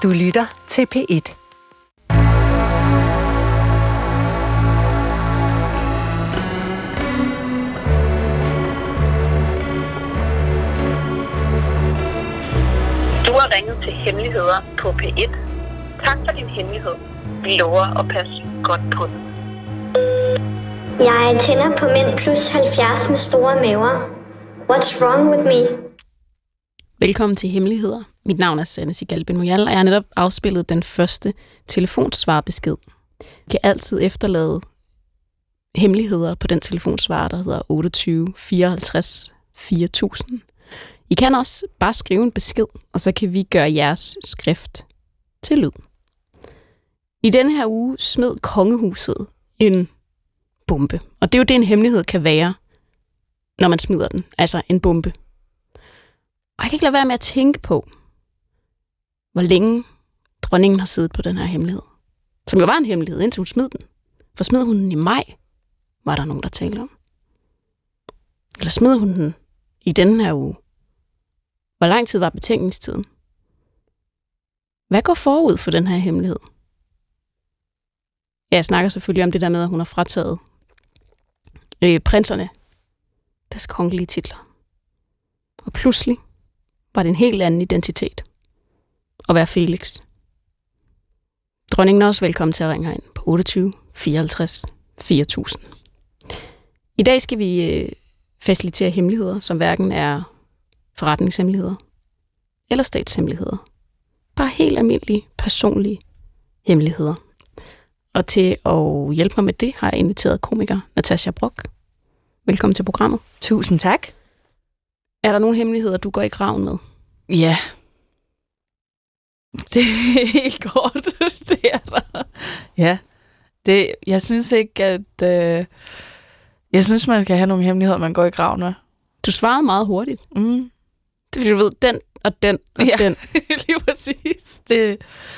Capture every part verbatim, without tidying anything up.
Du lytter til P et. Du har ringet til Hemmeligheder på P et. Tak for din hemmelighed. Vi lover at passe godt på den. Jeg tænder på mænd plus halvfjerds med store maver. What's wrong with me? Velkommen til Hemmeligheder. Mit navn er Sanne Sigalben Moyal, og jeg har netop afspillet den første telefonsvarbesked. Jeg kan altid efterlade hemmeligheder på den telefonsvar, der hedder otteogtyve fireoghalvtreds fire tusind. I kan også bare skrive en besked, og så kan vi gøre jeres skrift til lyd. I denne her uge smed kongehuset en bombe. Og det er jo det, en hemmelighed kan være, når man smider den. Altså en bombe. Og jeg kan ikke lade være med at tænke på, hvor længe dronningen har siddet på den her hemmelighed. Som jo var en hemmelighed, indtil hun smed den. For smed hun den i maj, var der nogen, der talte om. Eller smed hun den i denne her uge? Hvor lang tid var betænkningstiden? Hvad går forud for den her hemmelighed? Ja, jeg snakker selvfølgelig om det der med, at hun har frataget øh, prinserne deres kongelige titler. Og pludselig var det en helt anden identitet at være Felix. Dronningen er også velkommen til at ringe herind på otteogtyve fireoghalvtreds fire tusind. I dag skal vi øh, facilitere hemmeligheder, som hverken er forretningshemmeligheder eller statshemmeligheder. Bare helt almindelige, personlige hemmeligheder. Og til at hjælpe mig med det, har jeg inviteret komiker Natasha Brock. Velkommen til programmet. Tusind tak. Er der nogle hemmeligheder, du går i graven med? Ja. Det er helt kort. Det er der. Ja. Det, jeg synes ikke, at... Øh, jeg synes, man skal have nogle hemmeligheder, man går i graven med. Du svarede meget hurtigt. Mm. Det, du ved, den og den og ja, den. lige præcis. Det...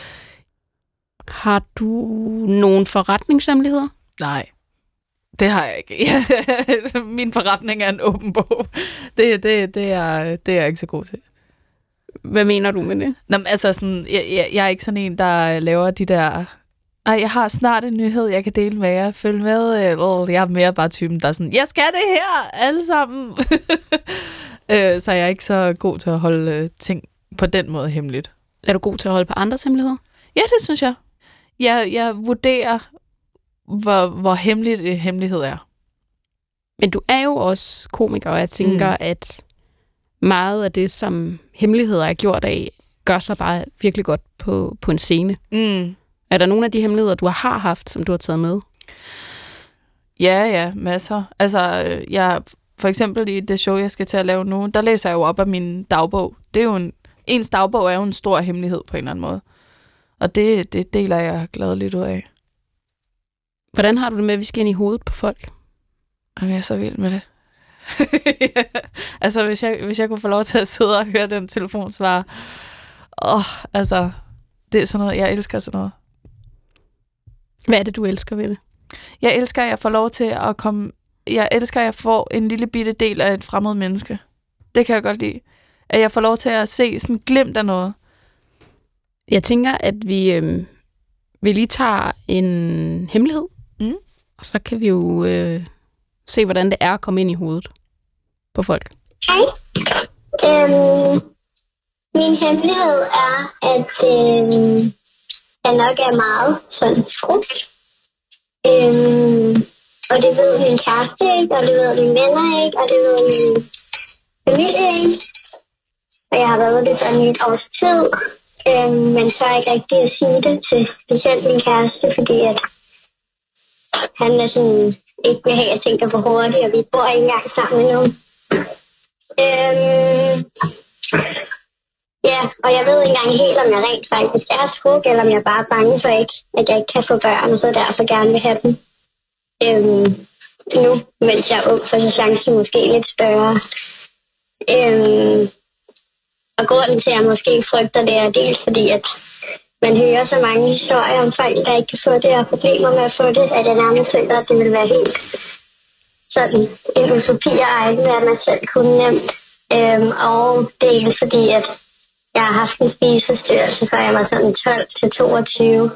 Har du nogle forretningshemmeligheder? Nej, det har jeg ikke. Min forretning er en åben bog. Det, det, det, er, det er jeg ikke så god til. Hvad mener du med det? Nå, altså sådan, jeg, jeg, jeg er ikke sådan en, der laver de der... Ej, jeg har snart en nyhed, jeg kan dele med jer. Følg med. Jeg er mere bare typen, der er sådan, jeg skal det her, alle sammen. Så jeg er ikke så god til at holde ting på den måde hemmeligt. Er du god til at holde på andres hemmeligheder? Ja, det synes jeg. Jeg, jeg vurderer, hvor, hvor hemmeligt en hemmelighed er. Men du er jo også komiker, og jeg tænker, mm. at meget af det, som hemmeligheder er gjort af, gør sig bare virkelig godt på, på en scene. Mm. Er der nogle af de hemmeligheder, du har haft, som du har taget med? Ja, ja, masser. Altså, jeg, for eksempel i det show, jeg skal til at lave nu, der læser jeg jo op af min dagbog. Det er jo en, ens dagbog er jo en stor hemmelighed på en eller anden måde. Og det, det deler jeg gladeligt ud af. Hvordan har du det med, at vi skal ind i hovedet på folk? Jamen, jeg er så vild med det. ja. Altså, hvis jeg, hvis jeg kunne få lov til at sidde og høre den telefonsvar. Åh, oh, altså, det er sådan noget, jeg elsker sådan noget. Hvad er det, du elsker ved det? Jeg elsker, at jeg får lov til at komme... Jeg elsker, at jeg får en lille bitte del af et fremmed menneske. Det kan jeg godt lide. At jeg får lov til at se sådan glimt af noget. Jeg tænker, at vi, øh, vi lige tager en hemmelighed, mm. og så kan vi jo øh, se, hvordan det er at komme ind i hovedet på folk. Hej. Øhm, min hemmelighed er, at øhm, jeg nok er meget sådan frugt. Øhm, og det ved min kæreste ikke, og det ved mine venner ikke, og det ved min familie ikke. Og jeg har været det sådan i et års tid. Øhm, men så er ikke rigtigt at sige det til specielt min kæreste, fordi at han er sådan ikke vil have, at jeg tænker for hurtigt, og vi bor ikke engang sammen endnu. Øhm, ja, og jeg ved ikke engang helt, om jeg rent faktisk er skruk, eller om jeg bare er bange for, ikke, at jeg ikke kan få børn, og så derfor gerne vil have dem. Øhm, nu, mens jeg er ung, så er chancen måske lidt større. Øhm, Og grunden til, at jeg måske frygter det, er dels fordi, at man hører så mange historier om folk, der ikke kan få det, og problemer med at få det, at jeg nærmest føler, at det vil være helt sådan en utopi at egne, at man selv kunne nemt. Øhm, og dels fordi, at jeg har haft en spiseforstyrrelse, fra jeg var sådan tolv til toogtyve.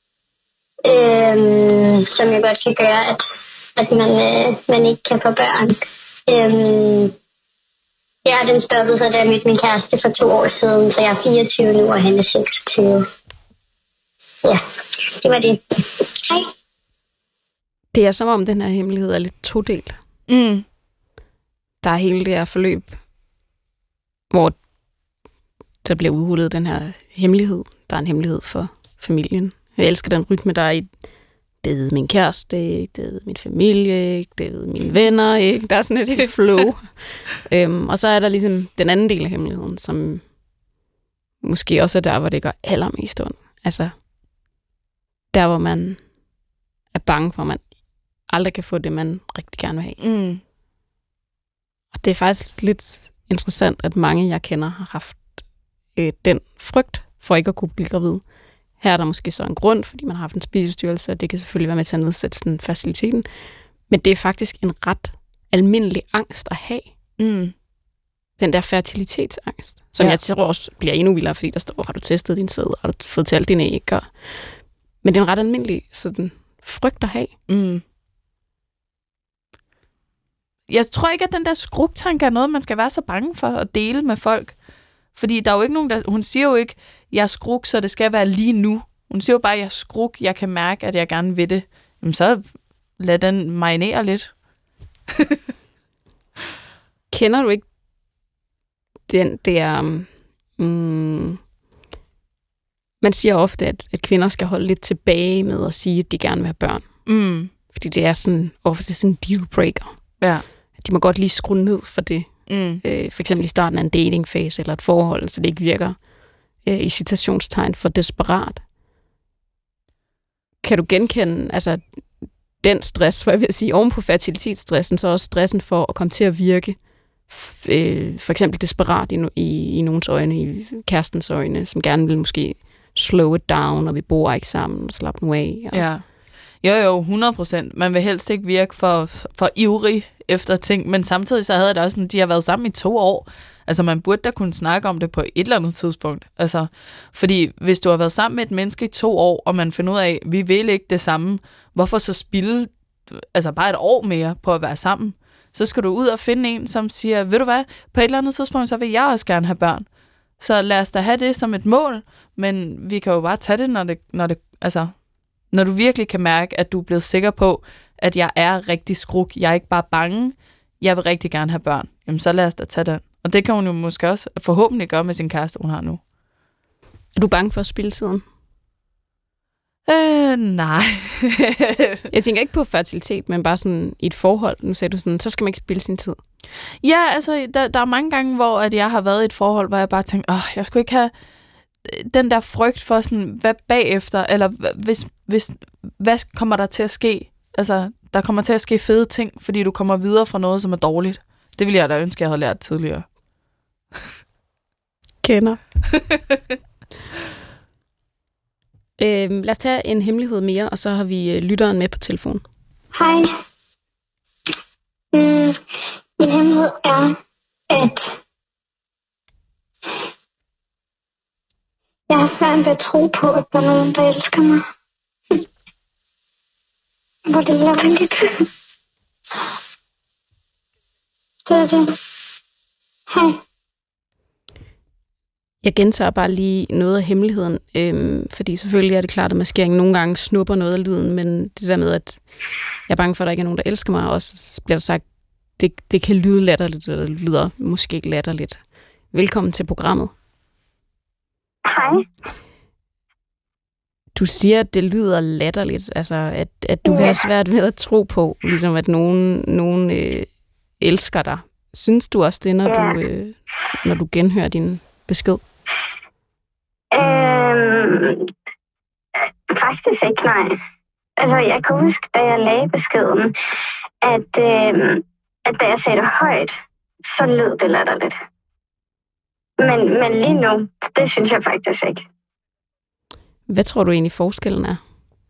Øhm, som jo godt kan gøre, at, at man, øh, man ikke kan få børn. Øhm, ja, den stoppede så, da jeg mødte min kæreste for to år siden, så jeg er fireogtyve nu, og han er seksogtyve. Ja, det var det. Hej. Det er som om, den her hemmelighed er lidt todelt. Mm. Der er hele det her forløb, hvor der bliver udrullet den her hemmelighed. Der er en hemmelighed for familien. Jeg elsker den rytme, der er i, det ved min kæreste ikke, det ved min familie ikke, det ved mine venner ikke. Der er sådan et helt flow. øhm, og så er der ligesom den anden del af hemmeligheden, som måske også er der, hvor det gør allermest ondt. Altså, der hvor man er bange for, at man aldrig kan få det, man rigtig gerne vil have. Mm. Og det er faktisk lidt interessant, at mange, jeg kender, har haft øh, den frygt for ikke at kunne blive gravid. Her er der måske så en grund, fordi man har haft en spiseforstyrrelse, og det kan selvfølgelig være med til at nedsætte sådan faciliteten. Men det er faktisk en ret almindelig angst at have. Mm. Den der fertilitetsangst, som ja. jeg tror også bliver endnu vildere, fordi der står, har du testet din sæd, har du fået til alt dine æg? Og... Men det er en ret almindelig sådan, frygt at have. Mm. Jeg tror ikke, at den der skrugtanke er noget, man skal være så bange for at dele med folk. Fordi der er jo ikke nogen, der... Hun siger jo ikke, jeg er skrug, så det skal være lige nu. Hun siger jo bare, jeg er skrug, jeg kan mærke, at jeg gerne vil det. Jamen så lad den marinere lidt. Kender du ikke den der... Mm, man siger ofte, at, at kvinder skal holde lidt tilbage med at sige, at de gerne vil have børn. Mm. Fordi det er sådan, ofte sådan en dealbreaker. Ja. De må godt lige skrue ned for det. Mm. Øh, for eksempel i starten af en datingfase eller et forhold, så det ikke virker øh, i citationstegn for desperat. Kan du genkende altså, den stress, for jeg vil sige, oven på fertilitetsstressen, så også stressen for at komme til at virke f- øh, for eksempel desperat i, no- i, i nogens øjne, i kærestens øjne, som gerne vil måske slow it down, og vi bor ikke sammen og slappe nu af. Og... Ja. Jo, jo, hundrede procent. Man vil helst ikke virke for, for ivrig efter ting, men samtidig så havde jeg da også sådan, de har været sammen i to år. Altså, man burde da kunne snakke om det på et eller andet tidspunkt. Altså, fordi hvis du har været sammen med et menneske i to år, og man finder ud af, vi vil ikke det samme, hvorfor så spilde altså bare et år mere på at være sammen? Så skal du ud og finde en, som siger, ved du hvad, på et eller andet tidspunkt, så vil jeg også gerne have børn. Så lad os da have det som et mål, men vi kan jo bare tage det, når det, når det altså, når du virkelig kan mærke, at du er blevet sikker på, at jeg er rigtig skruk, jeg er ikke bare bange, jeg vil rigtig gerne have børn. Jamen, så lad os da tage den. Og det kan hun jo måske også forhåbentlig gøre med sin kæreste, hun har nu. Er du bange for at spilde tiden? Øh, nej. Jeg tænker ikke på fertilitet, men bare sådan i et forhold. Nu sagde du sådan, så skal man ikke spilde sin tid. Ja, altså, der, der er mange gange, hvor at jeg har været i et forhold, hvor jeg bare tænkte, åh, jeg skulle ikke have den der frygt for sådan, hvad bagefter, eller hvis, hvis, hvad kommer der til at ske? Altså, der kommer til at ske fede ting, fordi du kommer videre fra noget, som er dårligt. Det ville jeg da ønske, jeg havde lært tidligere. Kender. øhm, lad os tage en hemmelighed mere, og så har vi øh, lytteren med på telefon. Hej. Mm, min hemmelighed er, at jeg har svært ved at tro på, at der er nogen, der elsker mig. Hvor det er rigtigt. Det er det. Hej. Jeg gentager bare lige noget af hemmeligheden, øhm, fordi selvfølgelig er det klart, at maskeringen nogle gange snupper noget af lyden, men det der med, at jeg er bange for, at der ikke er nogen, der elsker mig, og så bliver der sagt, det, det kan lyde latterligt, eller det lyder måske ikke latterligt. Velkommen til programmet. Hej. Du siger, at det lyder latterligt, altså at, at du ja. har svært ved at tro på, ligesom at nogen, nogen øh, elsker dig. Synes du også det, når, ja. du, øh, når du genhører din besked? Øhm, faktisk ikke, nej. Altså, jeg kan huske, da jeg lagde beskeden, at, øhm, at da jeg sagde det højt, så lød det latterligt. Men, men lige nu, det synes jeg faktisk ikke. Hvad tror du egentlig forskellen er?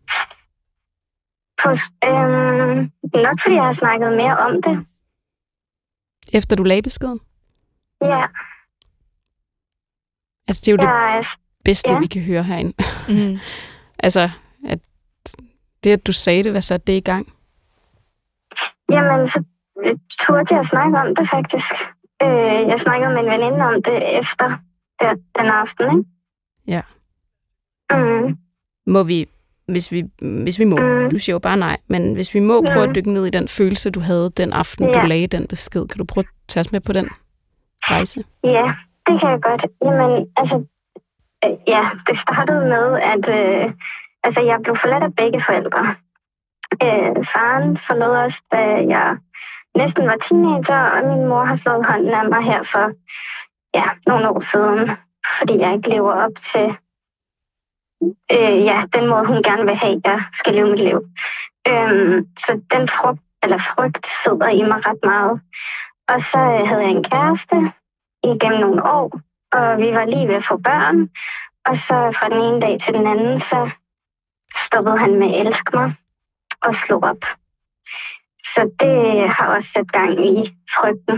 På, øhm, nok fordi jeg har snakket mere om det. Efter du lagde beskeden? Ja. Altså, det er jo Jeg, det bedste, ja. vi kan høre herinde. Mm. Altså, at det, at du sagde det, hvad satte det i gang? Jamen, så turde jeg snakke om det faktisk. Øh, jeg snakkede med en veninde om det efter der, den aften, ikke? Ja. Mm. Må vi, hvis vi, hvis vi må, Mm. du siger jo bare nej, men hvis vi må prøve at dykke ned i den følelse, du havde den aften, Ja. du lagde den besked, kan du prøve at tage os med på den rejse? Ja, det kan jeg godt. Jamen, altså, øh, ja, det startede med, at øh, altså, jeg blev forladt af begge forældre. Øh, faren forlod os, da jeg næsten var teenager, og min mor har slået hånden af mig her for ja, nogle år siden, fordi jeg ikke lever op til øh, ja, den måde, hun gerne vil have, jeg skal leve mit liv. Øh, så den frugt, eller frygt sidder i mig ret meget. Og så øh, havde jeg en kæreste igennem nogle år, og vi var lige ved at få børn. Og så fra den ene dag til den anden, så stoppede han med at elske mig og slog op. Så det har også sat gang i frygten.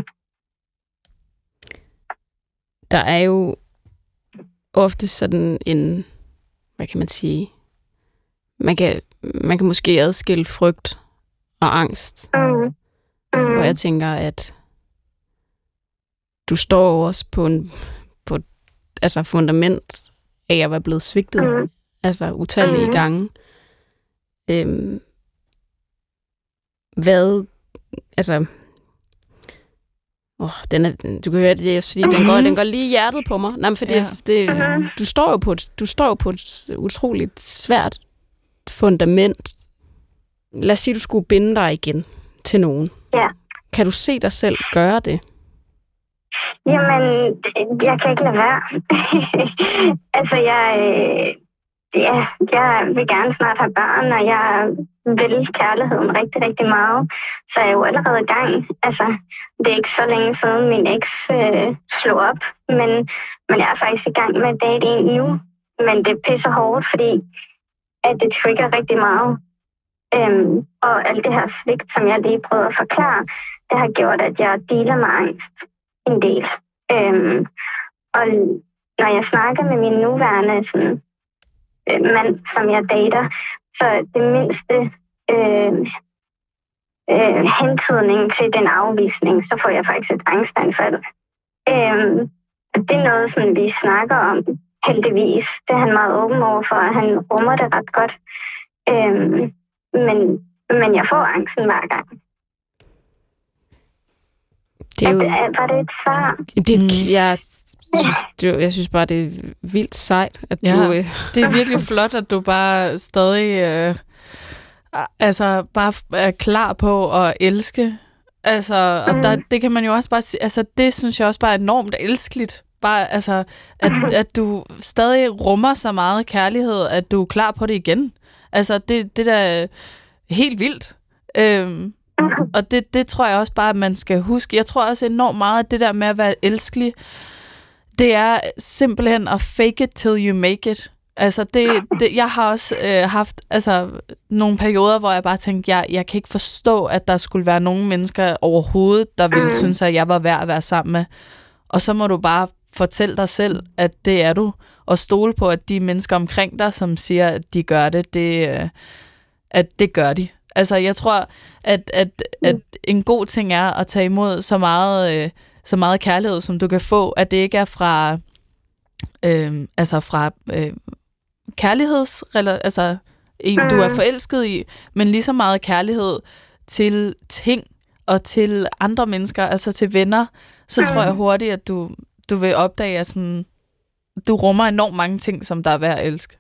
Der er jo ofte sådan en, hvad kan man sige, man kan, man kan måske adskille frygt og angst. Mm. Mm. Hvor jeg tænker, at du står også på en på, altså fundament af at være blevet svigtet. Mm. Altså utallige Mm. gange. Øhm, hvad, altså, åh, den er, du kan høre det, er, fordi den går, den går lige i hjertet på mig. Nej, men fordi Ja. det, du står jo på et, du står jo på et utroligt svært fundament. Lad os sige, du skulle binde dig igen til nogen. Ja. Kan du se dig selv gøre det? Jamen, jeg kan ikke lade være. altså, jeg, ja, jeg vil gerne snart have børn, og jeg vil kærligheden rigtig, rigtig meget. Så jeg er jo allerede i gang. Altså, det er ikke så længe siden min eks øh, slog op, men, men jeg er faktisk i gang med at date en nu. Men det er pisse hårdt, fordi at det trigger rigtig meget. Øhm, og alt det her svigt, som jeg lige prøvede at forklare, det har gjort, at jeg dealer med angst en del. Øhm, og når jeg snakker med min nuværende sådan, øh, mand, som jeg dater, så det mindste øh, øh, hentydning til den afvisning, så får jeg faktisk et angstanfald. Øhm, det er noget, som vi snakker om, heldigvis. Det er han meget åben over for, at han rummer det ret godt. Øhm, men, men jeg får angsten hver gang. Det er jo, At, var det et svar? det, mm. jeg, synes, det, jeg synes bare, det er vildt sejt, at Ja, du... Øh, det er virkelig flot, at du bare stadig øh, altså bare er klar på at elske. Altså, og der, det kan man jo også bare sige, altså det synes jeg også bare er enormt elskeligt. Bare, altså, at, at du stadig rummer så meget kærlighed, at du er klar på det igen. Altså, det, det der er helt vildt. Øhm, og det, det tror jeg også bare, at man skal huske. Jeg tror også enormt meget, at det der med at være elskelig, det er simpelthen at fake it till you make it. Altså, det, det, jeg har også øh, haft altså, nogle perioder, hvor jeg bare tænkte, jeg, jeg kan ikke forstå, at der skulle være nogen mennesker overhovedet, der ville synes, at jeg var værd at være sammen med. Og så må du bare fortælle dig selv, at det er du, og stole på, at de mennesker omkring dig, som siger, at de gør det, det øh, at det gør de. Altså, jeg tror, at, at, at en god ting er at tage imod så meget, øh, så meget kærlighed, som du kan få, at det ikke er fra, øh, altså fra øh, kærligheds, altså en, du er forelsket i, men lige så meget kærlighed til ting og til andre mennesker, altså til venner, så tror jeg hurtigt, at du, du vil opdage, at sådan, du rummer enormt mange ting, som der er værd at elske.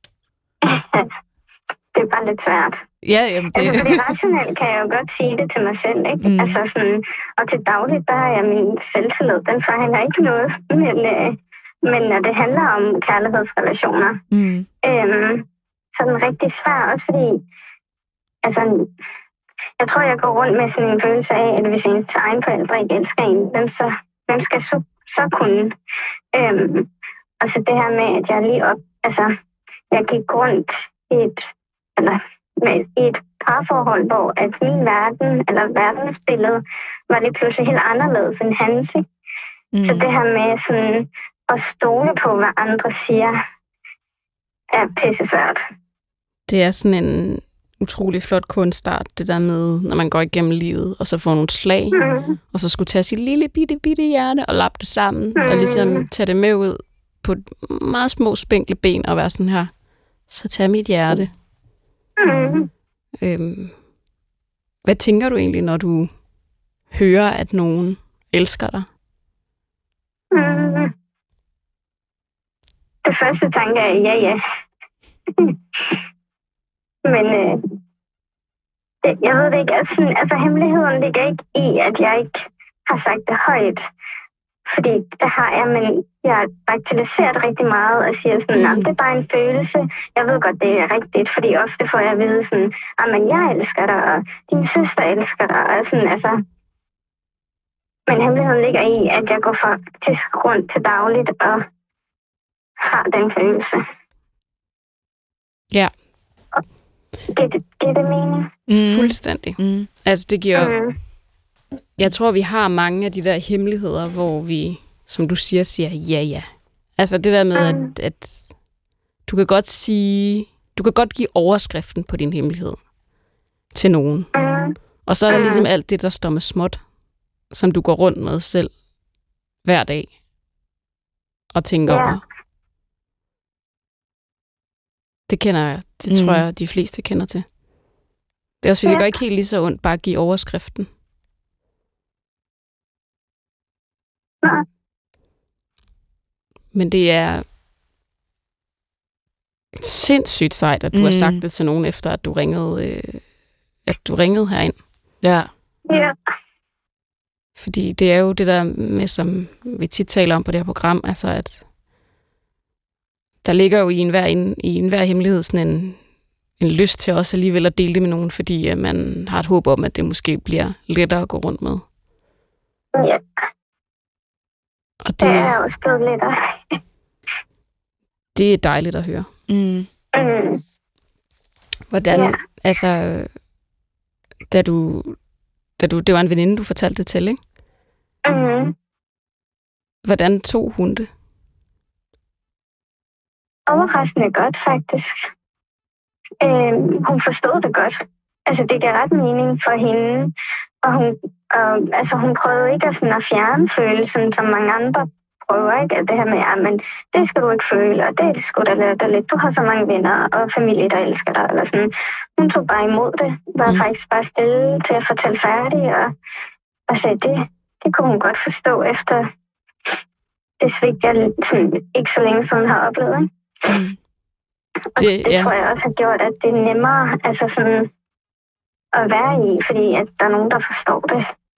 Det er bare lidt svært. Ja, jamen det... Altså, fordi rationelt kan jeg jo godt sige det til mig selv, ikke? Mm. Altså sådan, og til dagligt, der er min selvtillid, den fejler ikke noget. Men, øh, men når det handler om kærlighedsrelationer, mm. øhm, så er den rigtig svær, også fordi, altså, jeg tror, jeg går rundt med sådan en følelse af, at hvis ens egen forældre ikke elsker en, hvem, så, hvem skal så, så kunne? Øhm, og så det her med, at jeg lige op, altså, jeg gik rundt i et, eller med i et parforhold, hvor at min verden, eller verdensbillede, var lige pludselig helt anderledes end hans. Mm. Så det her med sådan, at stole på, hvad andre siger, er pissesvært. Det er sådan en utrolig flot kunstart, det der med, når man går igennem livet, og så får nogle slag, mm. og så skulle tage sit lille bitte, bitte hjerte og lappe det sammen, mm. og ligesom tage det med ud på meget små, spinkle ben, og være sådan her, så tag mit hjerte. Mm. Øhm, hvad tænker du egentlig, når du hører, at nogen elsker dig? Mm. Det første tanke er, ja, ja. Men øh, det, jeg ved det ikke, altså, altså hemmeligheden ligger ikke i, at jeg ikke har sagt det højt. Fordi det har jeg, men jeg har bagatelliseret rigtig meget og siger sådan, at det er bare en følelse. Jeg ved godt, det er rigtigt, fordi ofte får jeg at vide sådan, at jeg elsker dig, og din søster elsker dig, og sådan, altså. Men hemmeligheden ligger i, at jeg går faktisk rundt til dagligt og har den følelse. Ja. Giver det, giver det mening? Mm. Fuldstændig. Mm. Altså, det giver... Mm. Jeg tror, vi har mange af de der hemmeligheder, hvor vi, som du siger, siger ja, ja. Altså det der med, mm. at, at du kan godt sige... Du kan godt give overskriften på din hemmelighed til nogen. Mm. Og så er der mm. ligesom alt det, der står med småt, som du går rundt med selv hver dag og tænker yeah. over. Det kender jeg. Det mm. tror jeg, de fleste kender til. Det er også, fordi yeah. det går ikke helt lige så ondt bare at give overskriften. Nej. Men det er sindssygt sejt, at du mm. har sagt det til nogen, efter at du ringede, øh, at du ringede herind. Ja. Ja. Fordi det er jo det der med, som vi tit taler om på det her program, altså at der ligger jo i enhver, en, i enhver hemmelighed sådan en, en lyst til også alligevel at dele det med nogen, fordi at man har et håb om, at det måske bliver lettere at gå rundt med. Ja. Og det, det er også blevet lettere. Det er dejligt at høre. Mm. Mm. Hvordan, ja. altså, da du, da du, det var en veninde, du fortalte det til, ikke? Mm. Hvordan tog hun det? Overraskende godt, faktisk. Øh, hun forstod det godt. Altså, det gav ret mening for hende. Og hun, øh, altså, hun prøvede ikke at, sådan, at fjerne følelsen, som mange andre prøver, ikke? At det her med, ja, men det skal du ikke føle, og det er sgu da lidt. Du har så mange venner og familie, der elsker dig, eller sådan. Hun tog bare imod det. Var mm. faktisk bare stille til at fortælle færdig, og, og så det, det kunne hun godt forstå efter det svigt, jeg sådan, ikke så længe siden har oplevet, ikke? Mm. Og det, det ja. tror jeg også har gjort, at det er nemmere altså sådan, at være i, fordi at der er nogen, der forstår det.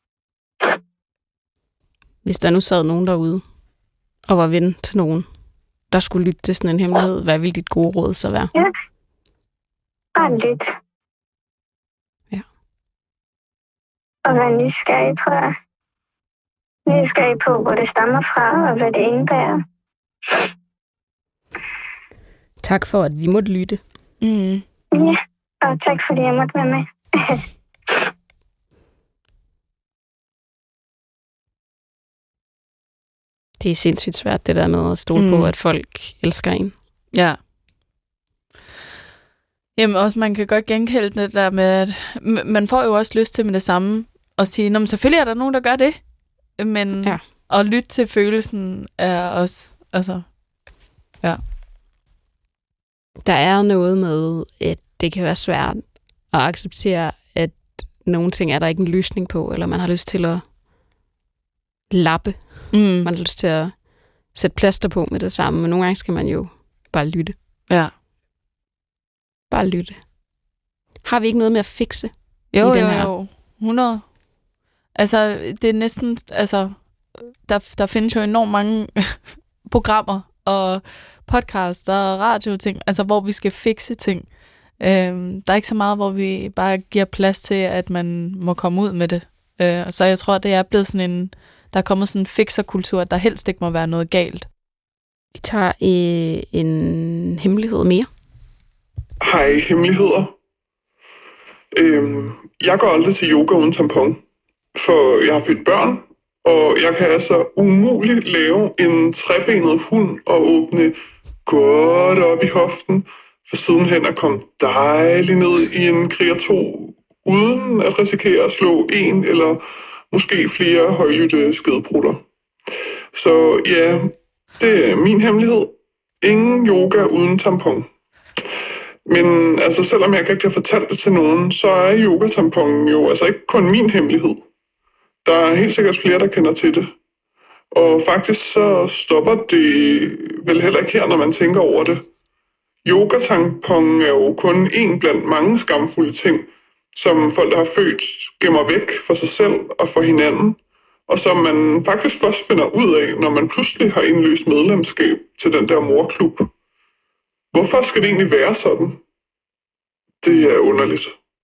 Hvis der nu sad nogen derude og var ven til nogen, der skulle lytte til sådan en hemmelighed, hvad ville dit gode råd så være? Ja, bare lyt. Ja. Og være nysgerrig, tror jeg. Nysgerrig på, hvor det stammer fra, og hvad det indebærer. Tak for, at vi måtte lytte. Mm. Ja, og tak fordi jeg måtte være med. Det er sindssygt svært, det der med at stole mm. på, at folk elsker en. Ja. Jamen også, man kan godt genkende det der med, at man får jo også lyst til med det samme at sige, nå, men selvfølgelig er der nogen, der gør det. Men ja. At lytte til følelsen er også, altså, ja. Der er noget med, at det kan være svært at acceptere, at nogle ting er der ikke en løsning på, eller man har lyst til at lappe. Mm. Man har lyst til at sætte plaster på med det samme, men nogle gange skal man jo bare lytte. Ja. Bare lytte. Har vi ikke noget med at fikse jo, i den jo, her? Jo, hundrede. Altså, det er næsten, altså, der, der findes jo enormt mange programmer og podcasts og radioting, altså hvor vi skal fikse ting. Øhm, der er ikke så meget, hvor vi bare giver plads til, at man må komme ud med det. Øh, så jeg tror, det er blevet sådan en, der er kommet sådan en fikserkultur, at der helst ikke må være noget galt. Vi tager øh, en hemmelighed mere. Hej, hemmeligheder. Øhm, jeg går aldrig til yoga uden tampon, for jeg har født børn, Og jeg kan altså umuligt lave en trebenet hund og åbne godt op i hoften, for sidenhen at komme dejligt ned i en kriger to, uden at risikere at slå en eller måske flere højlytte skedeprutter. Så ja, det er min hemmelighed. Ingen yoga uden tampon. Men altså, selvom jeg ikke har fortalt det til nogen, så er yogatamponen jo altså ikke kun min hemmelighed. Der er helt sikkert flere, der kender til det. Og faktisk så stopper det vel heller ikke her, når man tænker over det. Yogatamponen er jo kun en blandt mange skamfulde ting, som folk, der har født, gemmer væk for sig selv og for hinanden, og som man faktisk først finder ud af, når man pludselig har indløst medlemskab til den der morklub. Hvorfor skal det egentlig være sådan? Det er underligt.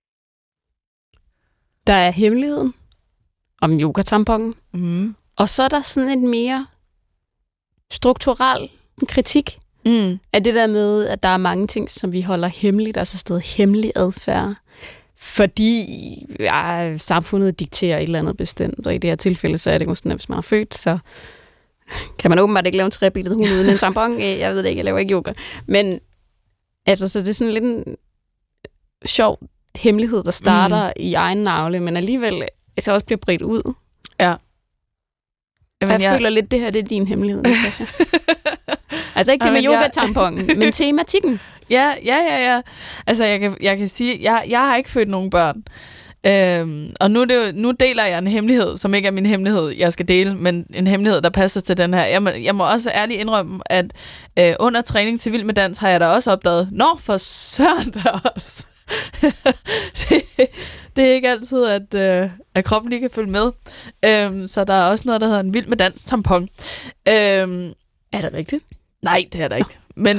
Der er hemmeligheden om yogatamponen, Mm. og så er der sådan en mere strukturel kritik Mm. af det der med, at der er mange ting, som vi holder hemmeligt, altså stadig hemmelig adfærd, fordi ja, samfundet dikterer et eller andet bestemt, og i det her tilfælde, så er det jo sådan, at hvis man er født, så kan man åbenbart ikke lave en trebenet hund uden en tampon. Jeg ved det ikke, jeg laver ikke yoga. Men altså, så det er sådan lidt en sjov hemmelighed, der starter mm. i egen navle, men alligevel altså også bliver bredt ud. Ja. Jamen, jeg, jeg føler lidt, det her det er din hemmelighed, Natasha. Altså ikke det med yogatamponen, jeg... men tematikken. Ja, ja, ja, ja. Altså, jeg kan, jeg kan sige, jeg, jeg har ikke født nogen børn. Øhm, og nu, det jo, nu deler jeg en hemmelighed, som ikke er min hemmelighed, jeg skal dele, men en hemmelighed, der passer til den her. Jeg må, jeg må også ærligt indrømme, at øh, under træning til Vild med Dans har jeg da også opdaget, nå for søren der også. det, det er ikke altid, at, øh, at kroppen lige kan følge med. Øhm, så der er også noget, der hedder en Vild med Dans tampon. Øhm, er det rigtigt? Nej, det er der ikke. Men,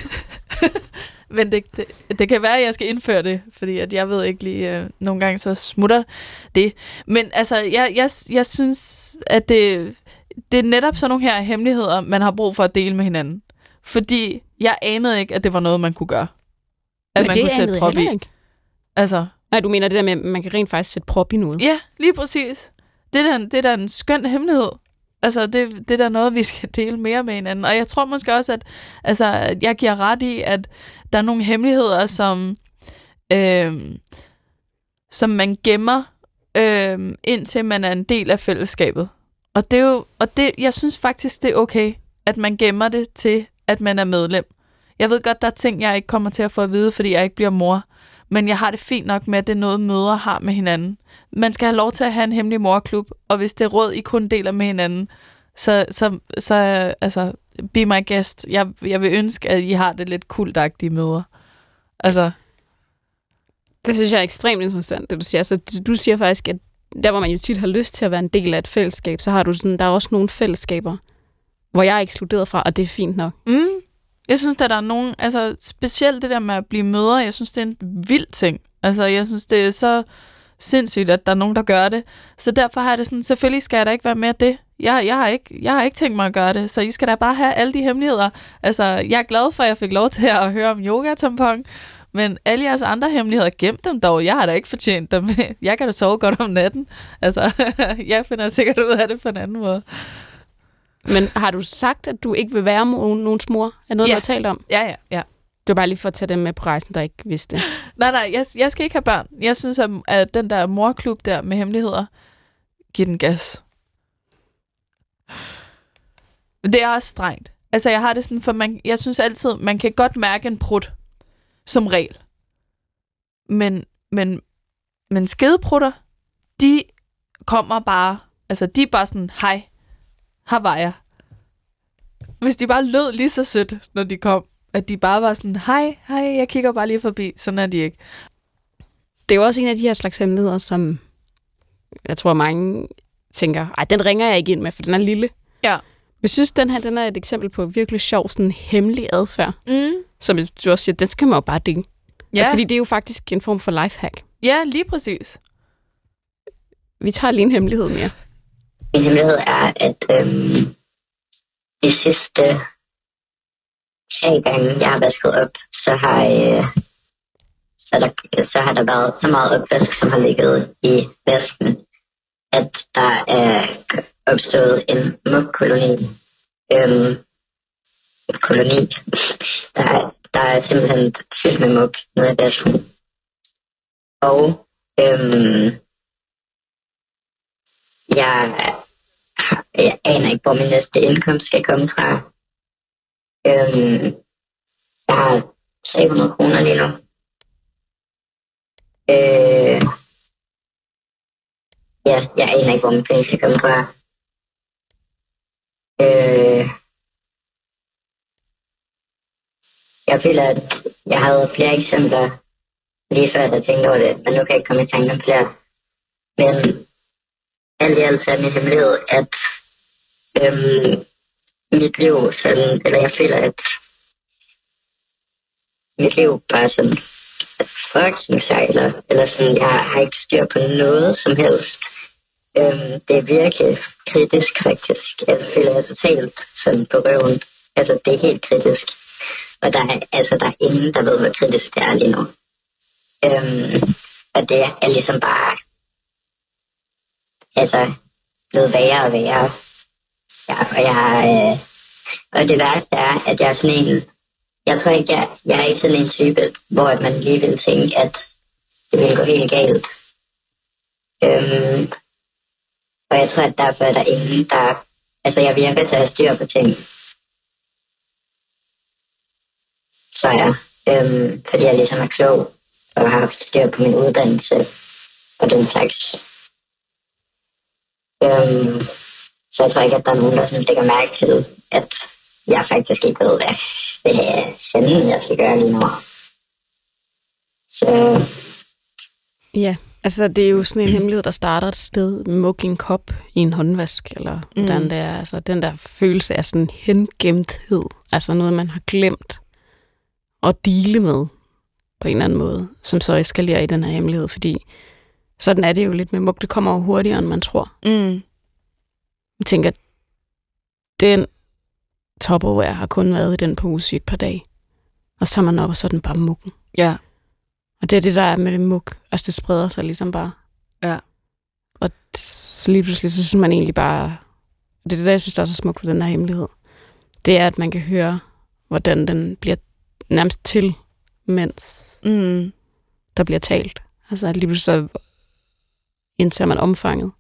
men det, det, det kan være, at jeg skal indføre det, fordi at jeg ved ikke lige, øh, nogle gange så smutter det. Men altså, jeg, jeg, jeg synes, at det, det er netop sådan nogle her hemmeligheder, man har brug for at dele med hinanden. Fordi jeg anede ikke, at det var noget, man kunne gøre. At men man det kunne sætte prop i. Ikke. Altså. Nej, du mener det der med, at man kan rent faktisk sætte prop i noget? Ja, lige præcis. Det er da, det er da en skøn hemmelighed. Altså, det, det er da noget, vi skal dele mere med hinanden. Og jeg tror måske også, at altså, jeg giver ret i, at der er nogle hemmeligheder, som, øh, som man gemmer, øh, indtil man er en del af fællesskabet. Og det er jo, og det, jeg synes faktisk, det er okay, at man gemmer det til, at man er medlem. Jeg ved godt, der er ting, jeg ikke kommer til at få at vide, fordi jeg ikke bliver mor. Men jeg har det fint nok med, at det er noget, mødre har med hinanden. Man skal have lov til at have en hemmelig morklub, og hvis det er råd, I kun deler med hinanden, så, så, så altså, be my guest. Jeg, jeg vil ønske, at I har det lidt kultagtige mødre. Altså. Det synes jeg er ekstremt interessant, det du siger. Så du siger faktisk, at der, hvor man jo tit har lyst til at være en del af et fællesskab, så har du sådan, der er også nogle fællesskaber, hvor jeg er ekskluderet fra, og det er fint nok. Mm. Jeg synes, at der er nogen, altså specielt det der med at blive mødre, jeg synes, det er en vild ting. Altså, jeg synes, det er så sindssygt, at der er nogen, der gør det. Så derfor har jeg det sådan, selvfølgelig skal jeg da ikke være med af det. Jeg, jeg, har ikke, jeg har ikke tænkt mig at gøre det, så I skal da bare have alle de hemmeligheder. Altså, jeg er glad for, at jeg fik lov til at høre om yoga-tampon, men alle jeres andre hemmeligheder, gem dem dog. Jeg har da ikke fortjent dem. Jeg kan da sove godt om natten. Altså, jeg finder sikkert ud af det på en anden måde. Men har du sagt, at du ikke vil være nogens mor? Er noget, ja. du har talt om? Ja, ja, ja. Det var bare lige for at tage dem med på rejsen, der ikke vidste det. nej, nej, jeg, jeg skal ikke have børn. Jeg synes, at, at den der morklub der med hemmeligheder, giver den gas. Det er også strengt. Altså, jeg har det sådan, for man, jeg synes altid, man kan godt mærke en prut, som regel. Men, men, men skedeprutter, de kommer bare, altså, de er bare sådan, hej, Hawaii. Hvis de bare lød lige så sødt, når de kom, at de bare var sådan, hej, hej, jeg kigger bare lige forbi. Sådan er de ikke. Det er jo også en af de her slags hemmeligheder, som jeg tror mange tænker, ej, den ringer jeg ikke ind med, for den er lille. Ja. Jeg synes, den her den er et eksempel på virkelig sjov, sådan hemmelig adfærd. Mm. Som du også siger, den skal man jo bare dele. Ja. Altså, fordi det er jo faktisk en form for lifehack. Ja, lige præcis. Vi tager lige en hemmelighed mere. Min hemmelighed er, at øhm, de sidste tre gange, jeg har vasket op, så har, øh, så, der, så har der været så meget opvask, som har ligget i vasken, at der er opstået en mugkoloni. Øhm, koloni. Der er, der er simpelthen fyldt med mug nede i vasken. Og øhm, jeg, jeg aner ikke, hvor min næste indkomst skal komme fra. Øhm, jeg har tre hundrede kroner lige nu. Øh, ja, jeg aner ikke, hvor min penge skal komme fra. Øh, jeg føler, at jeg havde flere eksempler lige før, jeg tænkte over det, men nu kan jeg ikke komme i tanke om flere. Men alt i alt er min hemmelighed, at øhm, mit liv sådan, eller jeg føler, at mit liv bare sådan, at fucking sejler, eller sådan, jeg har ikke styr på noget som helst. Øhm, det er virkelig kritisk, faktisk. Jeg føler, jeg er totalt sådan på røven. Altså, det er helt kritisk. Og der er, altså, der er ingen, der ved, hvor kritisk det er lige nu. Øhm, og det er ligesom bare, altså, blevet værre og værre. Ja, og jeg har, øh, og det værste er, at jeg er sådan en, jeg tror ikke, jeg, jeg er ikke sådan en type, hvor man lige vil tænke, at det vil gå helt galt. Øhm, og jeg tror, at derfor er der ingen, der, altså jeg virker til at styre på ting. Så ja, øhm, fordi jeg ligesom er klog, og har haft styr på min uddannelse, og den slags. Øhm, så jeg tror ikke, at der er nogen, der sådan lægger mærke til, at jeg faktisk ikke ved, hvad det er fanden, jeg skal gøre lige nu. Så... Ja, altså det er jo sådan en hemmelighed, der starter et sted, mug i en kop i en håndvask, eller mm. hvordan det er. Altså den der følelse af sådan hengemthed, altså noget, man har glemt at dele med på en eller anden måde, som så eskalerer i den her hemmelighed, fordi sådan er det jo lidt med mug, det kommer jo hurtigere, end man tror. Mm. Jeg tænker, at den Tupperware har kun været i den pose i et par dage, og så tager man op, og så er den bare muggen. Ja. Og det er det, der er med det mug. Altså, det spreder sig ligesom bare. Ja. Og så lige pludselig, så synes man egentlig bare... Det er det, der jeg synes, der er så smukt ved den her hemmelighed. Det er, at man kan høre, hvordan den bliver nærmest til, mens mm. der bliver talt. Altså, at lige pludselig så indser man omfanget.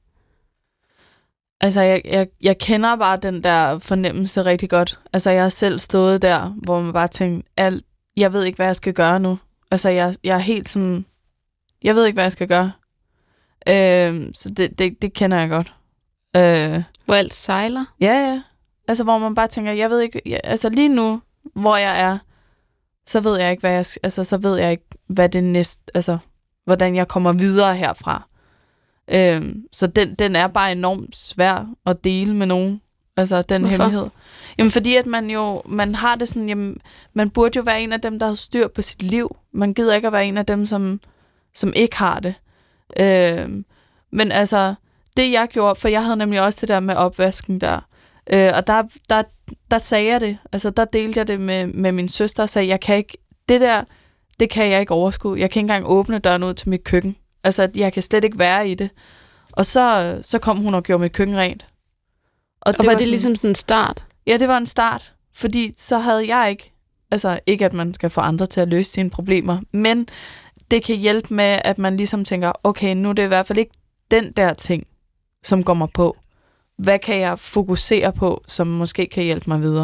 Altså, jeg, jeg, jeg kender bare den der fornemmelse rigtig godt. Altså, jeg har selv stået der, hvor man bare tænker, alt, jeg ved ikke, hvad jeg skal gøre nu. Altså, jeg, jeg er helt sådan... Jeg ved ikke, hvad jeg skal gøre. Øh, så det, det, det kender jeg godt. Øh, hvor alt sejler? Ja, ja. Altså, hvor man bare tænker, jeg ved ikke... Jeg, altså, lige nu, hvor jeg er, så ved jeg ikke, hvad jeg... Altså, så ved jeg ikke, hvad det næste... Altså, hvordan jeg kommer videre herfra. Øh, så den, den er bare enormt svær at dele med nogen. Altså, den Hvorfor? hemmelighed. Jamen, fordi at man jo, man har det sådan, jamen, man burde jo være en af dem, der har styr på sit liv. Man gider ikke at være en af dem, som, som ikke har det. Øh, men altså, det jeg gjorde, for jeg havde nemlig også det der med opvasken der, øh, og der, der, der sagde jeg det, altså der delte jeg det med, med min søster og sagde, jeg kan ikke, det der, det kan jeg ikke overskue. Jeg kan ikke engang åbne døren ud til mit køkken. Altså, jeg kan slet ikke være i det. Og så, så kom hun og gjorde mit køkken rent. Og, og det var, var det sådan, ligesom sådan en start? Ja, det var en start, fordi så havde jeg ikke, altså ikke at man skal få andre til at løse sine problemer, men det kan hjælpe med, at man ligesom tænker, okay, nu er det i hvert fald ikke den der ting, som går mig på. Hvad kan jeg fokusere på, som måske kan hjælpe mig videre?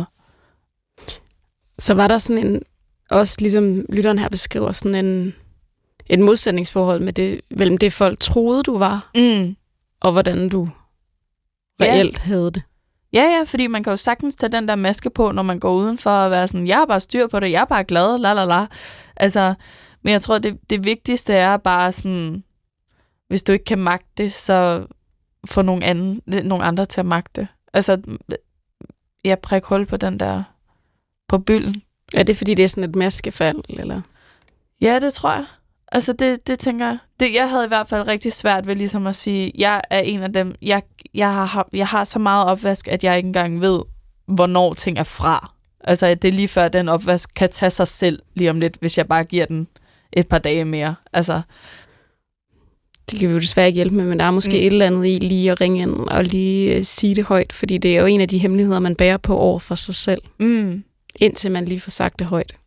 Så var der sådan en, også ligesom lytteren her beskriver, sådan en, et modsætningsforhold med det, mellem det folk troede, du var, mm. og hvordan du reelt ja. havde det. Ja, ja, fordi man kan jo sagtens tage den der maske på, når man går udenfor og være sådan, jeg har bare styr på det, jeg er bare glad, la la la. Altså, men jeg tror, det, det vigtigste er bare sådan, hvis du ikke kan magte det, så få nogle, anden, nogle andre til at magte det. Altså, jeg prik hul på den der, på bylden. Er det, fordi det er sådan et maskefald, eller? Ja, det tror jeg. Altså, det, det tænker jeg. Det, jeg havde i hvert fald rigtig svært ved ligesom at sige, jeg er en af dem, jeg, jeg, har, jeg har så meget opvask, at jeg ikke engang ved, hvornår ting er fra. Altså, det er lige før, den opvask kan tage sig selv lige om lidt, hvis jeg bare giver den et par dage mere. Altså. det kan vi jo desværre ikke hjælpe med, men der er måske mm. et eller andet i lige at ringe ind og lige uh, sige det højt, fordi det er jo en af de hemmeligheder, man bærer på over for sig selv, Mm. indtil man lige får sagt det højt.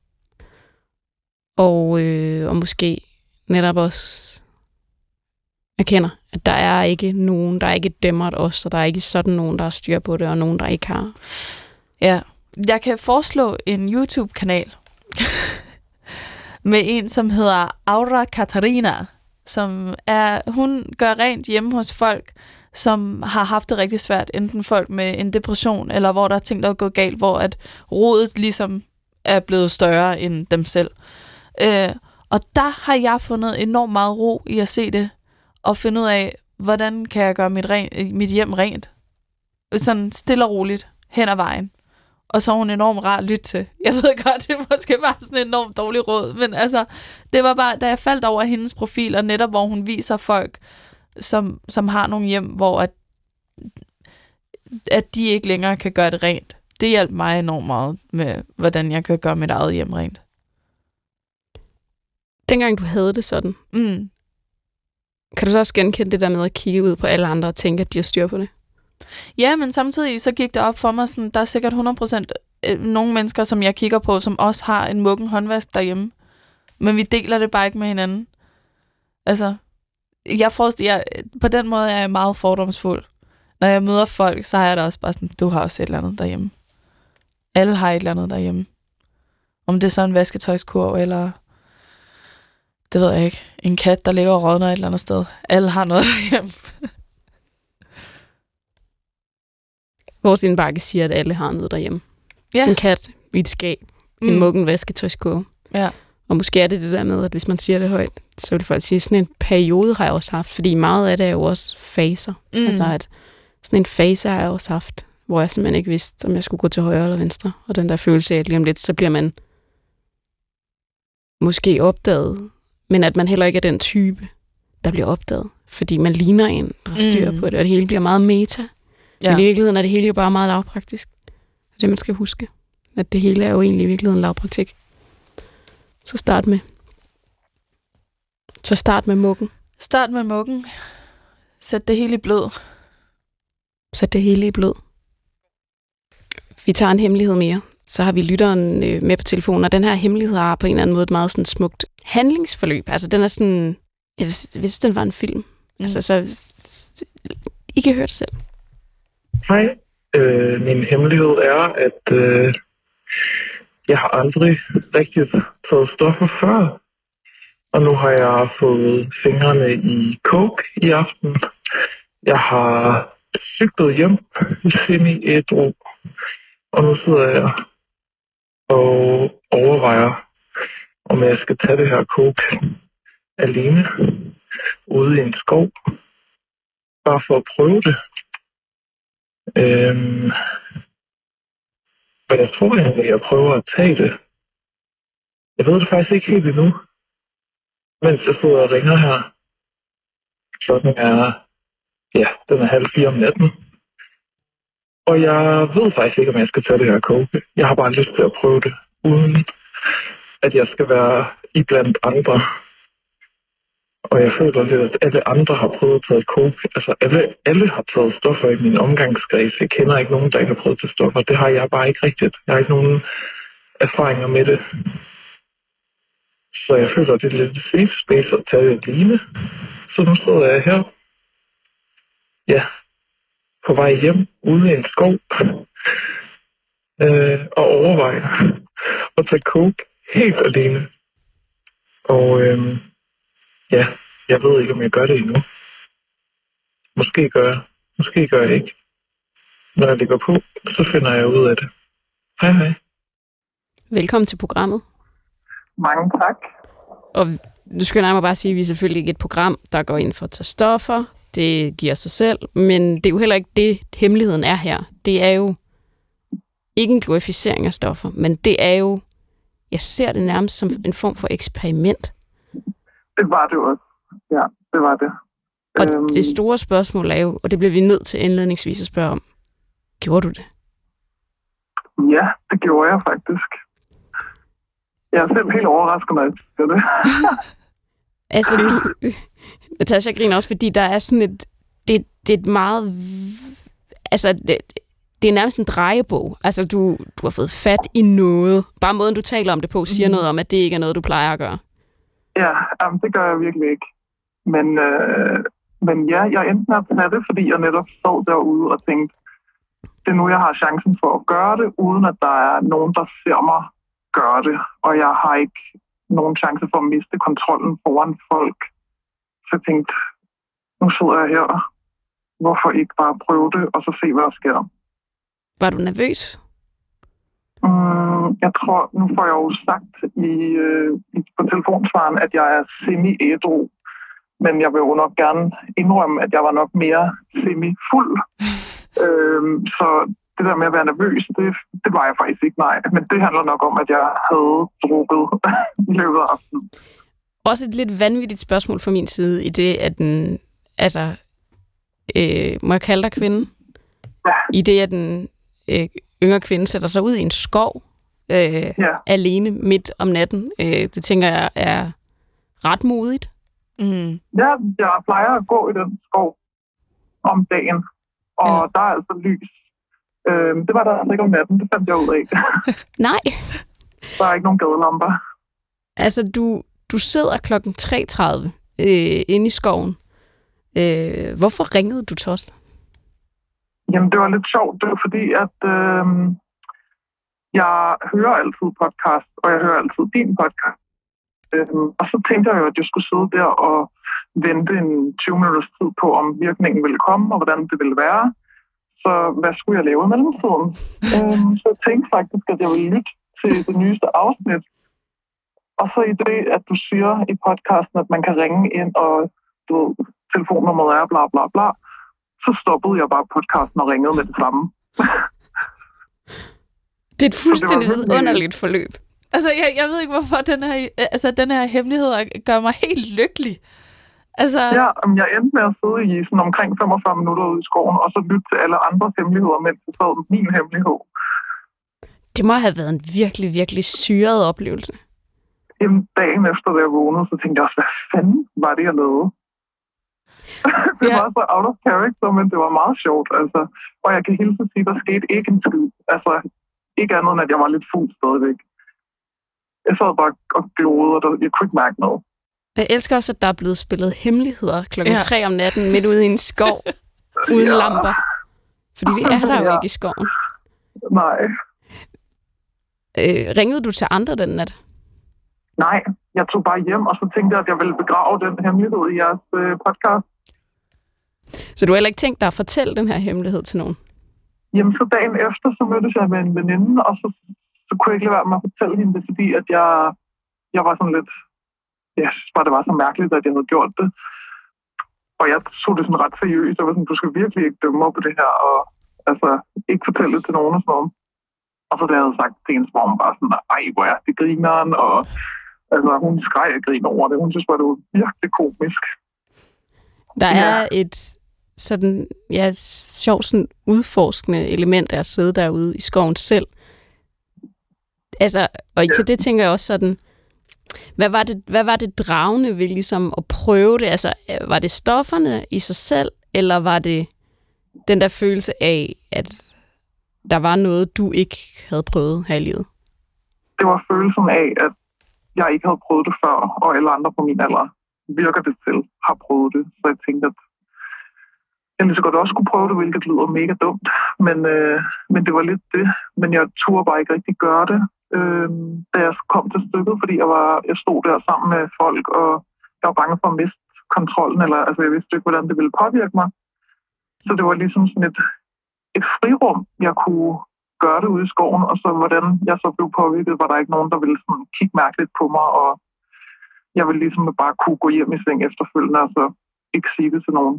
Og, øh, og måske netop også erkender, at der er ikke nogen, der er ikke dem og os, og der er ikke sådan nogen, der har styr på det, og nogen, der ikke har. Ja, jeg kan foreslå en YouTube-kanal med en, som hedder Aura Katarina, som er, hun gør rent hjemme hos folk, som har haft det rigtig svært, enten folk med en depression, eller hvor der er ting, der er gået galt, hvor at rodet ligesom er blevet større end dem selv. Øh, og der har jeg fundet enormt meget ro i at se det, og finde ud af, hvordan kan jeg gøre mit, ren, mit hjem rent. Sådan stille og roligt, hen ad vejen. Og så er hun enormt rar at lytte til. Jeg ved godt, det måske var sådan en enormt dårlig råd, men altså, det var bare, da jeg faldt over hendes profil, og netop hvor hun viser folk, som, som har nogle hjem, hvor at, at de ikke længere kan gøre det rent. Det hjalp mig enormt meget med, hvordan jeg kan gøre mit eget hjem rent. Dengang du havde det sådan, Mm. kan du så også genkende det der med at kigge ud på alle andre og tænke, at de har styr på det? Ja, men samtidig så gik det op for mig, sådan, der er sikkert hundrede procent nogle mennesker, som jeg kigger på, som også har en muggen håndvask derhjemme. Men vi deler det bare ikke med hinanden. Altså, jeg forestiller, jeg, på den måde er jeg meget fordomsfuld. Når jeg møder folk, så har jeg da også bare sådan, du har også et eller andet derhjemme. Alle har et eller andet derhjemme. Om det er så en vasketøjskurv, eller det ved jeg ikke, en kat, der ligger og rådner et eller andet sted. Alle har noget derhjemme. Vores indbakke siger, at alle har noget derhjemme. Ja. En kat i et skab, mm. en muggen vasketøjskurve. Ja. Og måske er det det der med, at hvis man siger det højt, så vil folk sige, sådan en periode har jeg også haft, fordi meget af det er jo også faser. Mm. Altså at sådan en fase har jeg også haft, hvor jeg simpelthen ikke vidste, om jeg skulle gå til højre eller venstre. Og den der følelse af, at lige om lidt, så bliver man måske opdaget, men at man heller ikke er den type, der bliver opdaget, fordi man ligner en, der har styr på det, og det hele bliver meget meta. Ja. Men i virkeligheden er det hele jo bare meget lavpraktisk. Det er det, man skal huske. At det hele er jo egentlig i virkeligheden lavpraktik. Så start med. Så start med muggen. Start med muggen. Sæt det hele i blød. Sæt det hele i blød. Vi tager en hemmelighed mere. Så har vi lytteren øh, med på telefonen, og den her hemmelighed har på en eller anden måde et meget sådan smukt handlingsforløb. Altså den er sådan, jeg hvis, hvis den var en film. Mm. Altså så, I kan høre det selv. Hej. Øh, min hemmelighed er, at øh, jeg har aldrig rigtig taget stoffer før. Og nu har jeg fået fingrene i coke i aften. Jeg har cyklet hjem semi-ædru. Og nu sidder jeg og overvejer, om jeg skal tage det her coke alene ude i en skov. Bare for at prøve det. Øhm, men jeg tror egentlig, at jeg prøver at tage det. Jeg ved det faktisk ikke helt endnu. Mens jeg sidder og ringer her. Klokken er, ja, den er halv fire om natten. Og jeg ved faktisk ikke, om jeg skal tage det her coke. Jeg har bare lyst til at prøve det, uden at jeg skal være iblandt andre. Og jeg føler lidt, at alle andre har prøvet at tage coke. Altså alle, alle har taget stoffer i min omgangskreds. Jeg kender ikke nogen, der ikke har prøvet at tage stoffer. Det har jeg bare ikke rigtigt. Jeg har ikke nogen erfaringer med det. Så jeg føler, at det er lidt safe space at tage det alene. Så nu sidder jeg her. Ja. På vej hjem, ude i en skov. Øh, og overvejer at tage coke helt alene. Og øh, ja, jeg ved ikke, om jeg gør det endnu. Måske gør jeg. Måske gør jeg ikke. Når jeg ligger på, så finder jeg ud af det. Hej hej. Velkommen til programmet. Mange tak. Og nu skal jeg mig bare sige, at vi er selvfølgelig ikke et program, der går ind for at tage stoffer. Det giver sig selv, men det er jo heller ikke det, hemmeligheden er her. Det er jo ikke en glorificering af stoffer, men det er jo, jeg ser det nærmest som en form for eksperiment. Det var det også. Ja, det var det. Og øhm... det store spørgsmål er jo, og det bliver vi nødt til indledningsvis at spørge om, gjorde du det? Ja, det gjorde jeg faktisk. Jeg er selv helt overrasket, når jeg siger det. Altså, du, Natasha griner også, fordi der er sådan et... Det, det er et meget... Altså, det, det er nærmest en drejebog. Altså, du, du har fået fat i noget. Bare måden, du taler om det på, siger mm. noget om, at det ikke er noget, du plejer at gøre. Ja, jamen, det gør jeg virkelig ikke. Men, øh, men ja, jeg endte med at tage det, fordi jeg netop stod derude og tænkte, det er nu, jeg har chancen for at gøre det, uden at der er nogen, der ser mig gøre det. Og jeg har ikke nogen chance for at miste kontrollen foran folk. Så jeg tænkte, nu sidder jeg her. Hvorfor ikke bare prøve det, og så se, hvad der sker? Var du nervøs? Mm, jeg tror, nu får jeg jo sagt i, øh, på telefonsvaren, at jeg er semi-ædru. Men jeg vil jo nok gerne indrømme, at jeg var nok mere semi-fuld. øhm, så det der med at være nervøs, det, det var jeg faktisk ikke, nej. Men det handler nok om, at jeg havde drukket i løbet af aftenen. Også et lidt vanvittigt spørgsmål fra min side, i det, at den, altså, øh, må jeg kalde dig kvinde? Ja. I det, at den øh, yngre kvinde sætter sig ud i en skov, øh, ja. alene midt om natten. Øh, det tænker jeg er ret modigt. Mm. Ja, jeg plejer at gå i den skov om dagen, og ja. Der er altså lys. Øh, det var der altså ikke om natten, det fandt jeg ud af. Nej. Der er ikke nogen gadelamper. Altså, du, du sidder klokken tre tredive øh, inde i skoven. Øh, hvorfor ringede du til os? Jamen, det var lidt sjovt. Det var fordi, at øh, jeg hører altid podcast, og jeg hører altid din podcast. Øh, og så tænkte jeg jo, at jeg skulle sidde der og vente en tyve minutters tid på, om virkningen ville komme, og hvordan det ville være. Så hvad skulle jeg lave i mellemtiden? øh, så jeg tænkte faktisk, at jeg ville lytte til det nyeste afsnit. Og så i det, at du siger i podcasten, at man kan ringe ind, og du ved, telefonnummeret er bla bla bla, så stoppede jeg bare podcasten og ringede med det samme. Det er et fuldstændig vidunderligt forløb. Altså, jeg, jeg ved ikke, hvorfor den her, altså, den her hemmelighed gør mig helt lykkelig. Altså... Ja, jeg endte med at sidde i sådan omkring femogfyrre minutter ude i skoven, og så lytte til alle andres hemmeligheder, mens jeg sad med min hemmelighed. Det må have været en virkelig, virkelig syret oplevelse. Jamen, dagen efter, da jeg vågnede, så tænkte jeg også, hvad fanden var det, jeg lavede? det ja. var så out of character, men det var meget sjovt, altså. Og jeg kan hilse at sige, der skete ikke en skid. Altså, ikke andet end, at jeg var lidt fuld stadigvæk. Jeg sad bare og glodede, og der, jeg kunne ikke mærke noget. Jeg elsker også, at der er blevet spillet hemmeligheder klokken ja. tre om natten midt ude i en skov, uden ja. lamper. Fordi det er der jo ja. ikke i skoven. Nej. Øh, ringede du til andre den nat? Nej, jeg tog bare hjem, og så tænkte jeg, at jeg ville begrave den hemmelighed i jeres øh, podcast. Så du har heller ikke tænkt dig at fortælle den her hemmelighed til nogen? Jamen, så dagen efter, så mødtes jeg med en veninde, og så, så kunne jeg ikke lade være med at fortælle hende det, fordi at jeg, jeg var sådan lidt... Jeg synes bare, det var så mærkeligt, at jeg havde gjort det. Og jeg tog det sådan ret seriøst. Jeg var sådan, du skal virkelig ikke dømme mig på det her, og altså, ikke fortælle det til nogen og sådan noget. Og så da jeg havde sagt til hendes mor, bare sådan, ej, hvor er det grineren, og altså, hun skreg og griner over det. Hun synes bare, det var virkelig komisk. Der ja. er et sådan, ja, sjovt sådan udforskende element af at sidde derude i skoven selv. Altså, og ja. til det tænker jeg også sådan, hvad var det, hvad var det dragende ved ligesom at prøve det? Altså, var det stofferne i sig selv, eller var det den der følelse af, at der var noget, du ikke havde prøvet her i livet? Det var følelsen af, at jeg ikke havde prøvet det før, og alle andre på min alder virker det til, har prøvet det. Så jeg tænkte, at jeg lige så godt også kunne prøve det, hvilket lyder mega dumt. Men, øh, men det var lidt det. Men jeg turde bare ikke rigtig gøre det, øh, da jeg kom til stykket, fordi jeg, var, jeg stod der sammen med folk, og jeg var bange for at miste kontrollen, eller altså, jeg vidste ikke, hvordan det ville påvirke mig. Så det var ligesom sådan et, et frirum, jeg kunne gøre det ude i skoven, og så hvordan jeg så blev påvirket, var der ikke nogen, der ville sådan kigge mærkeligt på mig, og jeg ville ligesom bare kunne gå hjem i seng efterfølgende, og så ikke sige det til nogen.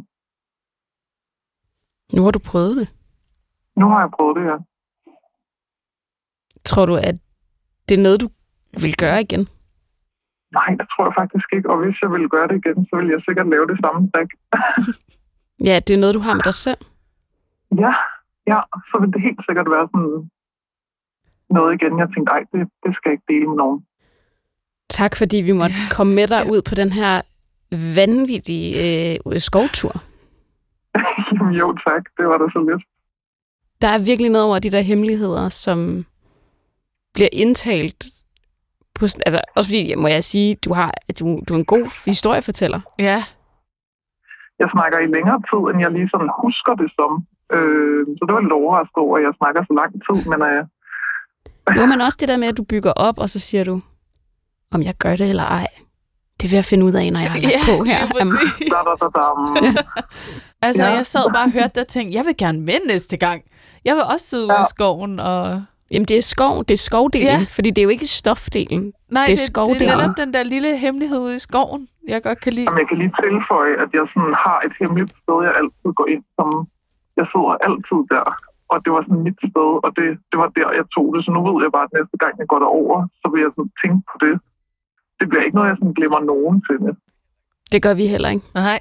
Nu har du prøvet det? Nu har jeg prøvet det, ja. Tror du, at det er noget, du vil gøre igen? Nej, det tror jeg faktisk ikke, og hvis jeg ville gøre det igen, så ville jeg sikkert lave det samme dag. Ja, det er noget, du har med dig selv? Ja, ja, så vil det helt sikkert være sådan noget igen. Jeg tænkte, ej, det, det skal jeg ikke dele med nogen. Tak, fordi vi måtte komme med dig ud på den her vanvittig øh, skovtur. Jamen jo, tak. Det var da så lidt. Der er virkelig noget over de der hemmeligheder, som bliver indtalt på, altså også fordi, må jeg sige, du har du, du er en god historiefortæller. Ja. Jeg snakker i længere tid, end jeg lige sådan husker det som. Øh, så det var lidt overrasket over, at jeg snakker så lang tid, men øh... jo, men også det der med, at du bygger op, og så siger du, om jeg gør det eller ej. Det vil jeg finde ud af, når jeg har lagt ja, på her. Da, da, da, da. Altså, Ja. jeg sad bare og hørte dig og tænkte, jeg vil gerne med næste gang. Jeg vil også sidde ja. ude i skoven og... Jamen, det er skov, det er skovdelen, Ja. fordi det er jo ikke stofdelen. Nej, Det er det, det skovdelen. er netop den der lille hemmelighed ude i skoven, jeg godt kan lide. Jamen, jeg kan lige tilføje, at jeg sådan har et hemmeligt sted, jeg altid går ind, som jeg sidder altid der. Og det var sådan mit sted, og det, det var der, jeg tog det. Så nu ved jeg bare, at næste gang, jeg går derover, så vil jeg sådan tænke på det. Det bliver ikke noget, jeg sådan glemmer nogensinde. Det gør vi heller ikke. Nej.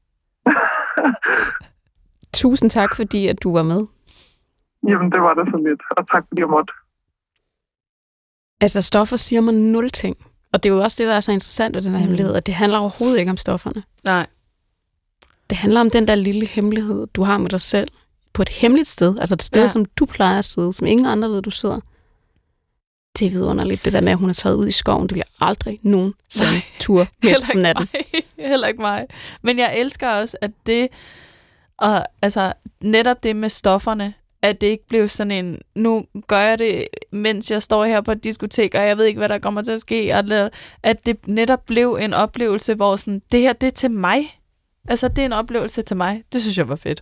Tusind tak, fordi at du var med. Jamen, det var det så lidt. Og tak, fordi jeg måtte. Altså, stoffer siger mig nul ting. Og det er jo også det, der er så interessant ved den her mm. hemmelighed, at det handler overhovedet ikke om stofferne. Nej. Det handler om den der lille hemmelighed, du har med dig selv. På et hemmeligt sted. Altså et sted, ja. som du plejer at sidde, som ingen andre ved, du sidder. Det er vidunderligt, det der med, at hun er taget ud i skoven. Det bliver aldrig nogen sådan tur midt om natten. Mig. Heller ikke mig. Men jeg elsker også, at det, og altså netop det med stofferne, at det ikke blev sådan en, nu gør jeg det, mens jeg står her på et diskotek, og jeg ved ikke, hvad der kommer til at ske, og at det netop blev en oplevelse, hvor sådan, det her, det er til mig. Altså, det er en oplevelse til mig. Det synes jeg var fedt.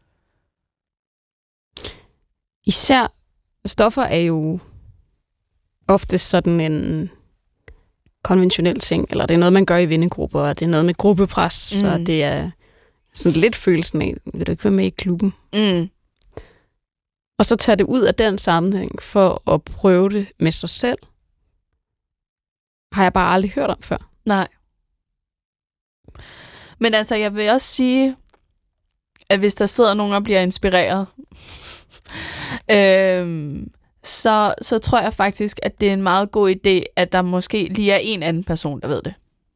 Især stoffer er jo ofte sådan en konventionel ting, eller det er noget, man gør i vennegrupper, og det er noget med gruppepres, mm. og det er sådan lidt følelsen af, vil du ikke være med i klubben? Mm. Og så tage det ud af den sammenhæng for at prøve det med sig selv, har jeg bare aldrig hørt om før. Nej. Men altså, jeg vil også sige, at hvis der sidder nogen og bliver inspireret, øhm, så, så tror jeg faktisk, at det er en meget god idé, at der måske lige er en anden person, der ved det.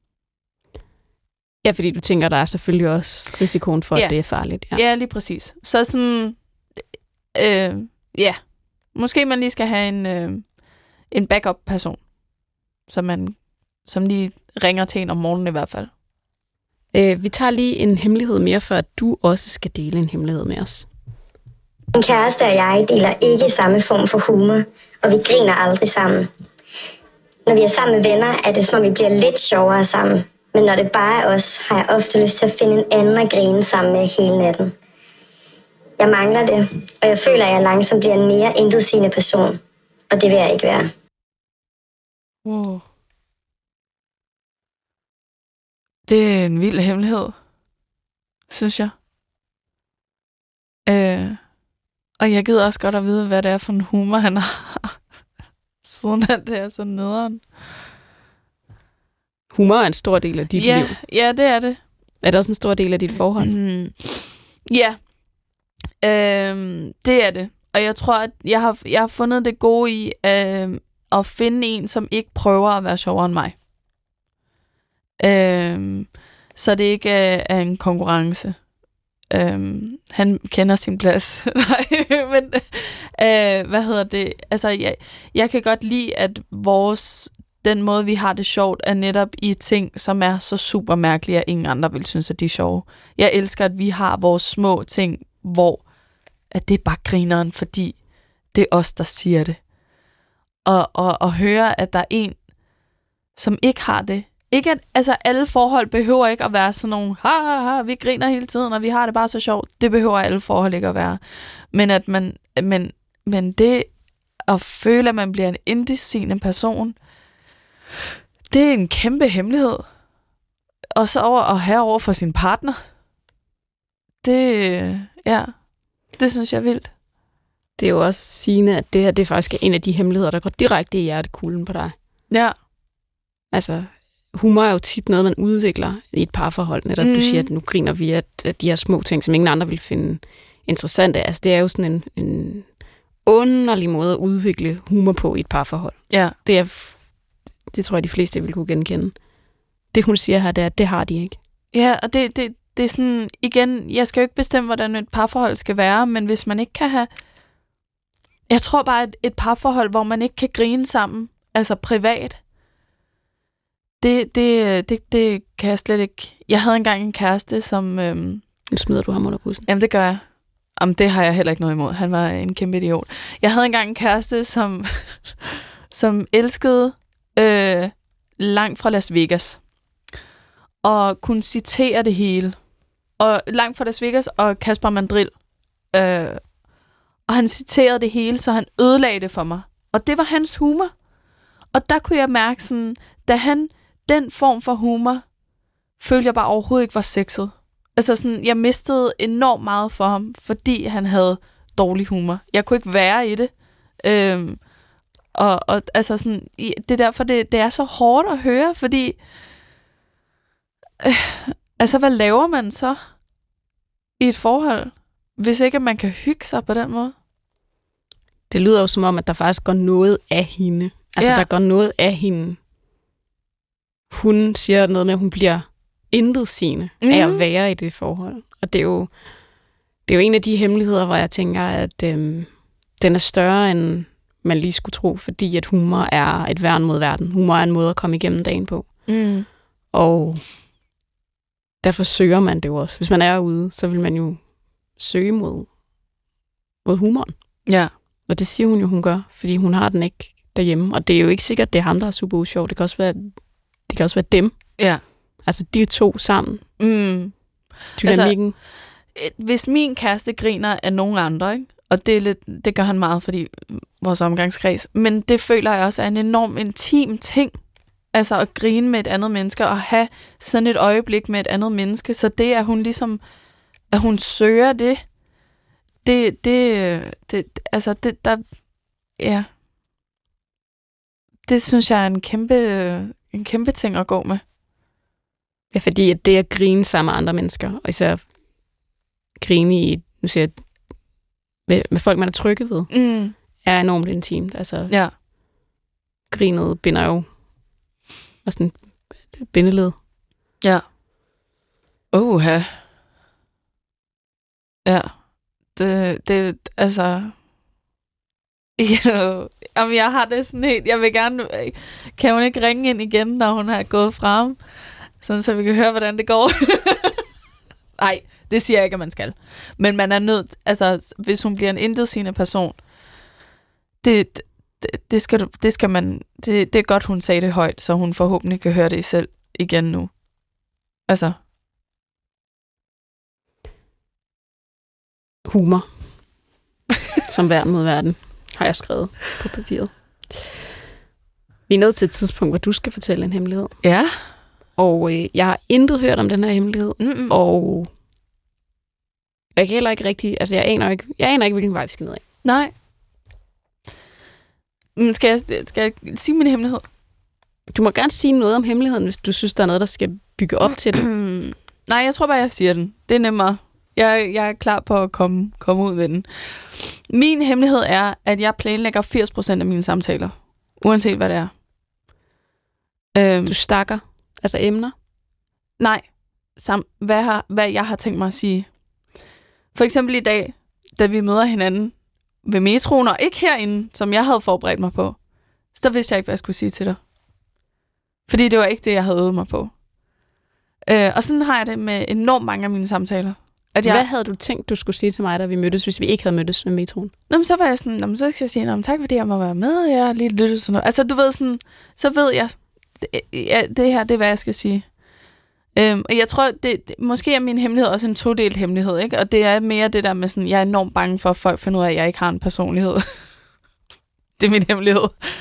Ja, fordi du tænker, der er selvfølgelig også risikoen for, ja. at det er farligt. Ja, ja lige præcis. Så sådan, øh, ja, måske man lige skal have en, øh, en backup-person, som man som lige ringer til en om morgenen i hvert fald. Øh, vi tager lige en hemmelighed mere, for at du også skal dele en hemmelighed med os. Min kæreste og jeg deler ikke samme form for humor, og vi griner aldrig sammen. Når vi er sammen med venner, er det som om vi bliver lidt sjovere sammen. Men når det bare er os, har jeg ofte lyst til at finde en anden at grine sammen med hele natten. Jeg mangler det, og jeg føler, at jeg langsomt bliver en mere intetsigende person. Og det vil jeg ikke være. Wow. Det er en vild hemmelighed, synes jeg. Øh, og jeg gider også godt at vide, hvad det er for en humor, han har. Sådan at det er så nederen. Humor er en stor del af dit ja, liv. Ja, det er det. Er det også en stor del af dit forhold? Mm. Ja, øhm, det er det. Og jeg tror, at jeg har, jeg har fundet det gode i øh, at finde en, som ikke prøver at være sjovere end mig. Øhm, så det ikke er, er en konkurrence. Øhm, han kender sin plads. Nej, men øh, hvad hedder det? Altså, jeg, jeg kan godt lide, at vores den måde, vi har det sjovt, er netop i ting, som er så super mærkelige, at ingen andre vil synes, at de er sjove. Jeg elsker, at vi har vores små ting, hvor at det er bare grineren, fordi det er os, der siger det. Og, og, og høre, at der er en, som ikke har det. Ikke at, altså alle forhold behøver ikke at være sådan nogle, ha, ha, ha, vi griner hele tiden, og vi har det bare så sjovt. Det behøver alle forhold ikke at være. Men at man, men, men det at føle, at man bliver en intetsigende person, det er en kæmpe hemmelighed. Og så over at have over for sin partner. Det, ja, det synes jeg er vildt. Det er jo også sigende, at det her det er faktisk en af de hemmeligheder, der går direkte i hjertekuglen på dig. Ja. Altså, humor er jo tit noget, man udvikler i et parforhold. Netop, mm. du siger, at nu griner vi af de her små ting, som ingen andre vil finde interessante. Altså, det er jo sådan en, en underlig måde at udvikle humor på i et parforhold. Ja. Det er, det tror jeg, de fleste vil kunne genkende. Det, hun siger her, det er, det har de ikke. Ja, og det, det, det er sådan, igen, jeg skal jo ikke bestemme, hvordan et parforhold skal være, men hvis man ikke kan have... Jeg tror bare, at et parforhold, hvor man ikke kan grine sammen, altså privat, det, det, det, det kan jeg slet ikke... Jeg havde engang en kæreste, som... Øhm... Nu smider du ham under bussen. Jamen, det gør jeg. Jamen, det har jeg heller ikke noget imod. Han var en kæmpe idiot. Jeg havde engang en kæreste, som, som elskede øh, langt fra Las Vegas. Og kunne citere det hele. Og langt fra Las Vegas og Kasper Mandrill. Øh, og han citerede det hele, så han ødelagde det for mig. Og det var hans humor. Og der kunne jeg mærke sådan, da han, den form for humor, følte jeg bare overhovedet ikke var sexet. Altså sådan, jeg mistede enormt meget for ham, fordi han havde dårlig humor. Jeg kunne ikke være i det. Øhm, og, og altså sådan, det er derfor, det, det er så hårdt at høre, fordi øh, altså, hvad laver man så i et forhold, hvis ikke man kan hygge sig på den måde? Det lyder jo som om, at der faktisk går noget af hende. Altså, ja. Der går noget af hende. Hun siger noget med, at hun bliver intetsigende mm. af at være i det forhold. Og det er jo, det er jo en af de hemmeligheder, hvor jeg tænker, at øhm, den er større, end man lige skulle tro, fordi at humor er et værn mod verden. Humor er en måde at komme igennem dagen på. Mm. Og derfor søger man det jo også. Hvis man er ude, så vil man jo søge mod, mod humoren. Ja. Og det siger hun jo, hun gør, fordi hun har den ikke derhjemme. Og det er jo ikke sikkert, det er ham, der er super usjov. Det kan også være, det kan også være dem. Ja. Altså, de to sammen. Mm. Dynamikken. Altså, hvis min kæreste griner af nogen andre, ikke? Og det, er lidt, det gør han meget, fordi vores omgangskreds, men det føler jeg også er en enorm intim ting. Altså at grine med et andet menneske, og have sådan et øjeblik med et andet menneske. Så det, at hun ligesom, at hun søger det, det, det, det altså, det, der, ja. Det synes jeg er en kæmpe, en kæmpe ting at gå med. Ja, fordi at det at grine sammen med andre mennesker, og især grine i, nu siger jeg, med, med folk, man er trygge ved, mm. er enormt intimt. Altså, ja. Grinet binder jo og sådan bindeled. Ja. Oha. Ja. Det, det, altså... Jamen, jeg har det sådan helt... Jeg vil gerne... Kan hun ikke ringe ind igen, når hun har gået frem? Sådan, så vi kan høre, hvordan det går. Nej, det siger jeg ikke, at man skal. Men man er nødt... Altså, hvis hun bliver en intetsigende person, det, det, det, skal, det skal man... Det, det er godt, hun sagde det højt, så hun forhåbentlig kan høre det selv igen nu. Altså... Humor. Som værn mod verden, har jeg skrevet på papiret. Vi er nået til et tidspunkt, hvor du skal fortælle en hemmelighed. Ja. Og øh, jeg har intet hørt om den her hemmelighed. Mm-mm. Og jeg kan heller ikke rigtig... Altså, jeg aner ikke, jeg aner ikke, hvilken vej vi skal ned af. Nej. Skal jeg, skal jeg sige min hemmelighed? Du må gerne sige noget om hemmeligheden, hvis du synes, der er noget, der skal bygge op til det. Nej, jeg tror bare, jeg siger den. Det er nemmere. Jeg, jeg er klar på at komme, komme ud med den. Min hemmelighed er, at jeg planlægger firs procent af mine samtaler. Uanset hvad det er. Øhm, du stakker? Altså emner? Nej. Sam, hvad, har, hvad jeg har tænkt mig at sige. For eksempel i dag, da vi møder hinanden ved metroen, og ikke herinde, som jeg havde forberedt mig på, så vidste jeg ikke, hvad jeg skulle sige til dig. Fordi det var ikke det, jeg havde øvet mig på. Øh, og sådan har jeg det med enormt mange af mine samtaler. At jeg... Hvad havde du tænkt, du skulle sige til mig, da vi mødtes, hvis vi ikke havde mødtes med metroen? Nå, men så var jeg sådan, nå, men så skal jeg sige, nå, men tak fordi jeg må være med, og jeg har lige lyttet sådan noget. Altså, du ved sådan, så ved jeg, det, ja, det her, det er, hvad jeg skal sige. Øhm, og jeg tror, det, det, måske er min hemmelighed også en todelt hemmelighed, ikke? Og det er mere det der med sådan, jeg er enormt bange for, at folk finder ud af, at jeg ikke har en personlighed. Det er min hemmelighed.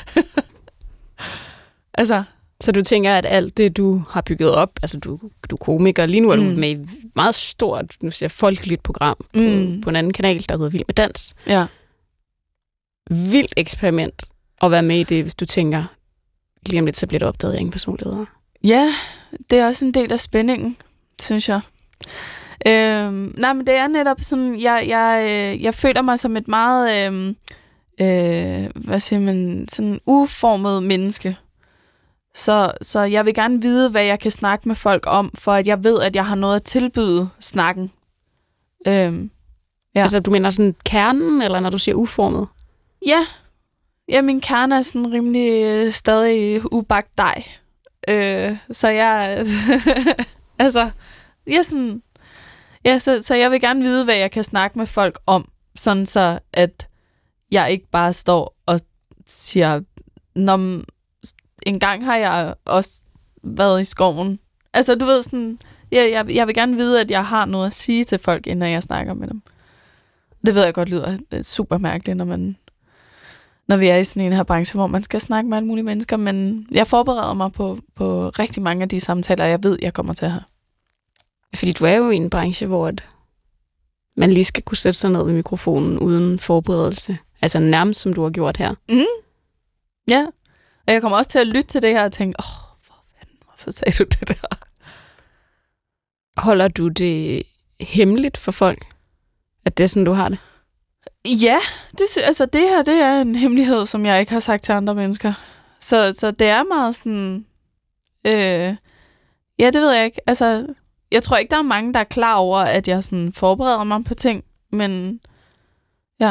Altså... Så du tænker, at alt det, du har bygget op, altså du, du er komiker, lige nu er du mm. med i et meget stort, nu siger jeg, folkeligt program på, mm. på en anden kanal, der hedder Vild med Dans. Ja. Vildt eksperiment at være med i det, hvis du tænker, lige om lidt, så bliver det opdaget af ingen personligheder. Ja, det er også en del af spændingen, synes jeg. Øhm, nej, men det er netop sådan, jeg, jeg, jeg føler mig som et meget, øhm, øh, hvad siger man, sådan uformet menneske, Så, så jeg vil gerne vide, hvad jeg kan snakke med folk om, for at jeg ved, at jeg har noget at tilbyde snakken. Øhm, ja. Altså, du mener sådan kernen, eller når du siger uformet? Ja. Ja, min kerne er sådan rimelig øh, stadig ubagt dej. Øh, så jeg... altså, jeg sådan... Ja, så, så jeg vil gerne vide, hvad jeg kan snakke med folk om, sådan så, at jeg ikke bare står og siger, når en gang har jeg også været i skoven. Altså, du ved sådan, jeg, jeg, jeg vil gerne vide, at jeg har noget at sige til folk, inden jeg snakker med dem. Det ved jeg godt lyder det er super mærkeligt, når man når vi er i sådan en her branche, hvor man skal snakke med alle mulige mennesker, men jeg forbereder mig på, på rigtig mange af de samtaler, jeg ved, jeg kommer til at have. Fordi du er jo i en branche, hvor man lige skal kunne sætte sig ned ved mikrofonen uden forberedelse. Altså nærmest, som du har gjort her. Mm. Ja, og jeg kommer også til at lytte til det her og tænke, åh, oh, hvor fanden, hvorfor sagde du det der? Holder du det hemmeligt for folk, at det er sådan, du har det? Ja, det, altså det her, det er en hemmelighed, som jeg ikke har sagt til andre mennesker. Så, så det er meget sådan, øh, ja, det ved jeg ikke. Altså, jeg tror ikke, der er mange, der er klar over, at jeg sådan forbereder mig på ting, men ja.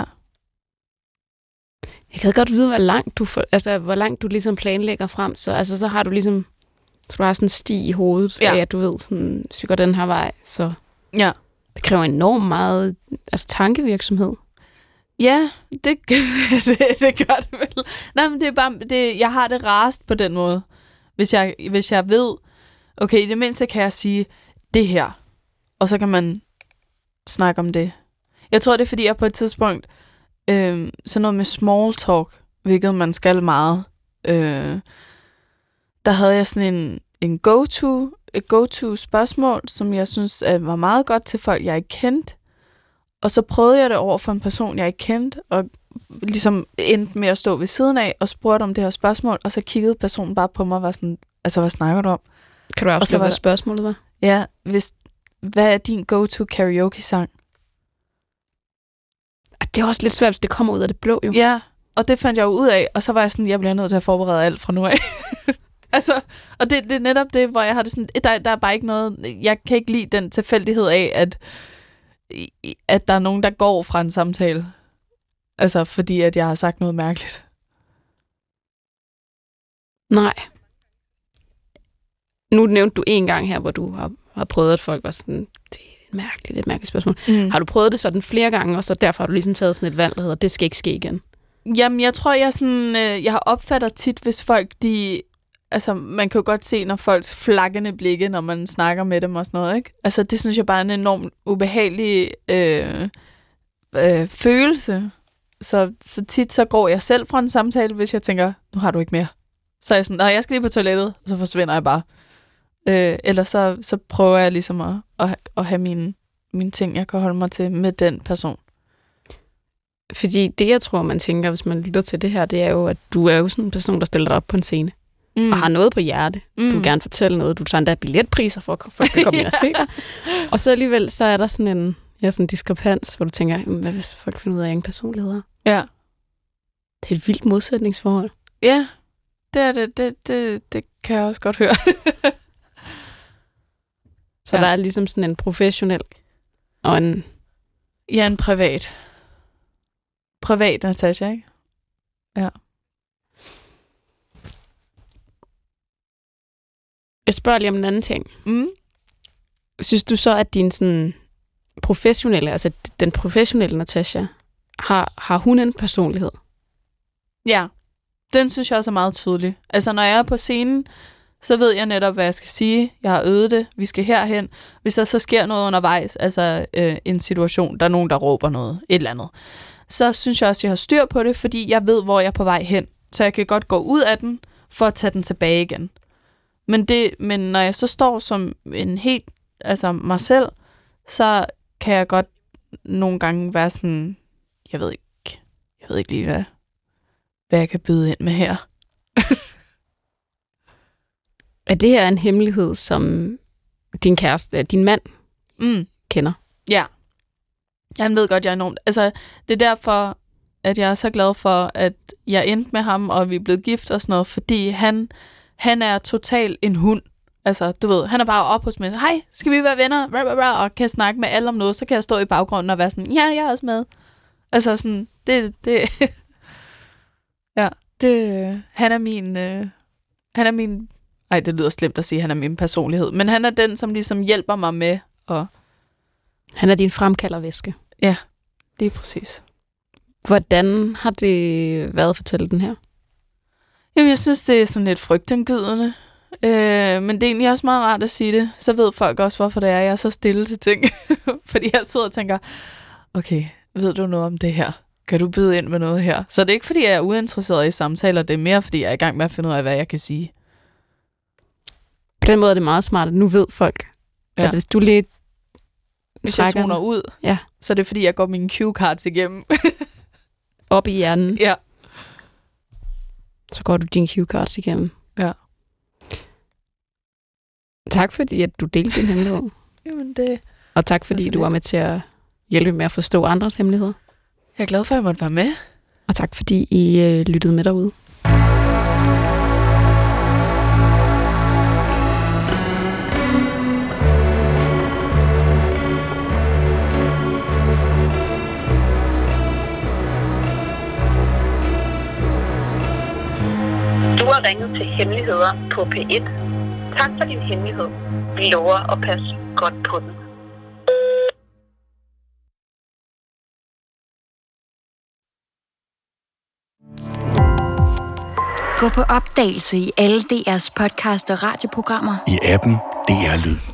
Jeg kan godt vide, hvor langt du, for, altså, hvor langt du ligesom planlægger frem, så, altså, så har du ligesom, så du har sådan en sti i hovedet, ja. Af, at du ved, sådan, hvis vi går den her vej, så ja. Det kræver enormt meget altså, tankevirksomhed. Ja, det, det, det gør det vel. Nej, men det er bare, det, jeg har det rarest på den måde, hvis jeg, hvis jeg ved, okay, i det mindste kan jeg sige det her, og så kan man snakke om det. Jeg tror, det er, fordi jeg på et tidspunkt, øh, sådan noget med small talk, hvilket man skal meget, øh, der havde jeg sådan en, en go-to, et go-to spørgsmål, som jeg synes at var meget godt til folk, jeg ikke kendte. Og så prøvede jeg det over for en person, jeg ikke kendte, og ligesom endte med at stå ved siden af og spurgte om det her spørgsmål, og så kiggede personen bare på mig og var sådan, altså, hvad snakker du om? Kan du afsløre, hvad spørgsmålet var? Ja, hvis, hvad er din go-to karaoke-sang? Det er også lidt svært, hvis det kommer ud af det blå, jo. Ja, og det fandt jeg jo ud af, og så var jeg sådan, jeg bliver nødt til at forberede alt fra nu af. altså, og det, det er netop det, hvor jeg har det sådan, der, der er bare ikke noget, jeg kan ikke lide den tilfældighed af, at at der er nogen, der går fra en samtale. Altså, fordi at jeg har sagt noget mærkeligt. Nej. Nu nævnte du en gang her, hvor du har, har prøvet, at folk var sådan, det er et mærkeligt, et mærkeligt spørgsmål. Mm. Har du prøvet det sådan flere gange, og så derfor har du ligesom taget sådan et valg, der hedder, det skal ikke ske igen? Jamen, jeg tror, jeg sådan, øh, jeg har opfattet tit, hvis folk, de, altså, man kan jo godt se, når folks flakkende blikke, når man snakker med dem og sådan noget, ikke? Altså, det synes jeg bare er en enormt ubehagelig øh, øh, følelse. Så, så tit så går jeg selv fra en samtale, hvis jeg tænker, nu har du ikke mere. Så er jeg sådan, nej, jeg skal lige på toilettet, og så forsvinder jeg bare. Øh, eller så, så prøver jeg ligesom at, at, at have mine, mine ting, jeg kan holde mig til med den person. Fordi det, jeg tror, man tænker, hvis man lytter til det her, det er jo, at du er jo sådan en person, der stiller dig op på en scene. Mm. Og har noget på hjerte. Mm. Du vil gerne fortælle noget. Du tager endda billetpriser for, at folk kan komme ind og se dig. Og så alligevel, så er der sådan en, ja, sådan en diskrepans, hvor du tænker, hvad hvis folk finder ud af, at jeg er ingen personlighed? Ja. Det er et vildt modsætningsforhold. Ja, det er det. Det, det, det kan jeg også godt høre. Så ja. Der er ligesom sådan en professionel og en... Ja, en privat. Privat Natasha, ikke? Ja. Jeg spørger lige om en anden ting. Mm. Synes du så, at din sådan professionelle, altså den professionelle Natasha, har, har hun en personlighed? Ja, den synes jeg også er meget tydelig. Altså, når jeg er på scenen, så ved jeg netop, hvad jeg skal sige. Jeg har øvet det. Vi skal herhen. Hvis der så sker noget undervejs, altså øh, en situation, der er nogen, der råber noget, et eller andet, så synes jeg også, at jeg har styr på det, fordi jeg ved, hvor jeg er på vej hen. Så jeg kan godt gå ud af den, for at tage den tilbage igen. Men, det, men når jeg så står som en helt, altså mig selv, så kan jeg godt nogle gange være sådan, jeg ved ikke, jeg ved ikke lige, hvad, hvad jeg kan byde ind med her. Er det her en hemmelighed, som din kæreste, din mand mm. kender? Ja. Han ved godt, jeg er enormt. Altså, det er derfor, at jeg er så glad for, at jeg endte med ham, og vi er blevet gift og sådan noget, fordi han, Han er total en hund. Altså, du ved, han er bare op hos mig. Hej, skal vi være venner? Og kan snakke med alle om noget. Så kan jeg stå i baggrunden og være sådan, ja, jeg er også med. Altså sådan, det... det ja, det... Han er min... Øh, han er min... Ej, det lyder slemt at sige, at han er min personlighed. Men han er den, som ligesom hjælper mig med at... Han er din fremkaldervæske. Ja, det er præcis. Hvordan har det været at fortælle den her? Jamen, jeg synes, det er sådan lidt frygtindgydende. Øh, men det er egentlig også meget rart at sige det. Så ved folk også, hvorfor det er, jeg er så stille til ting. Fordi jeg sidder og tænker, okay, ved du noget om det her? Kan du byde ind med noget her? Så det er ikke, fordi jeg er uinteresseret i samtaler. Det er mere, fordi jeg er i gang med at finde ud af, hvad jeg kan sige. På den måde er det meget smart, at nu ved folk. Ja. Altså, hvis du lige Hvis jeg zoner ud, ja. så er det, fordi jeg går mine cue cards igennem. Op i hjernen. Ja. Så går du dine cue cards igennem. Ja. Tak fordi, at du delte din hemmelighed. Jamen det... Og tak fordi, du var med til at hjælpe med at forstå andres hemmeligheder. Jeg er glad for, at jeg måtte være med. Og tak fordi, I øh, lyttede med derude. Du har ringet til Hemmeligheder på P et. Tak for din hemmelighed. Vi lover at passe godt på den. Gå på opdagelse i alle D R's podcast og radioprogrammer. I appen D R Lyd.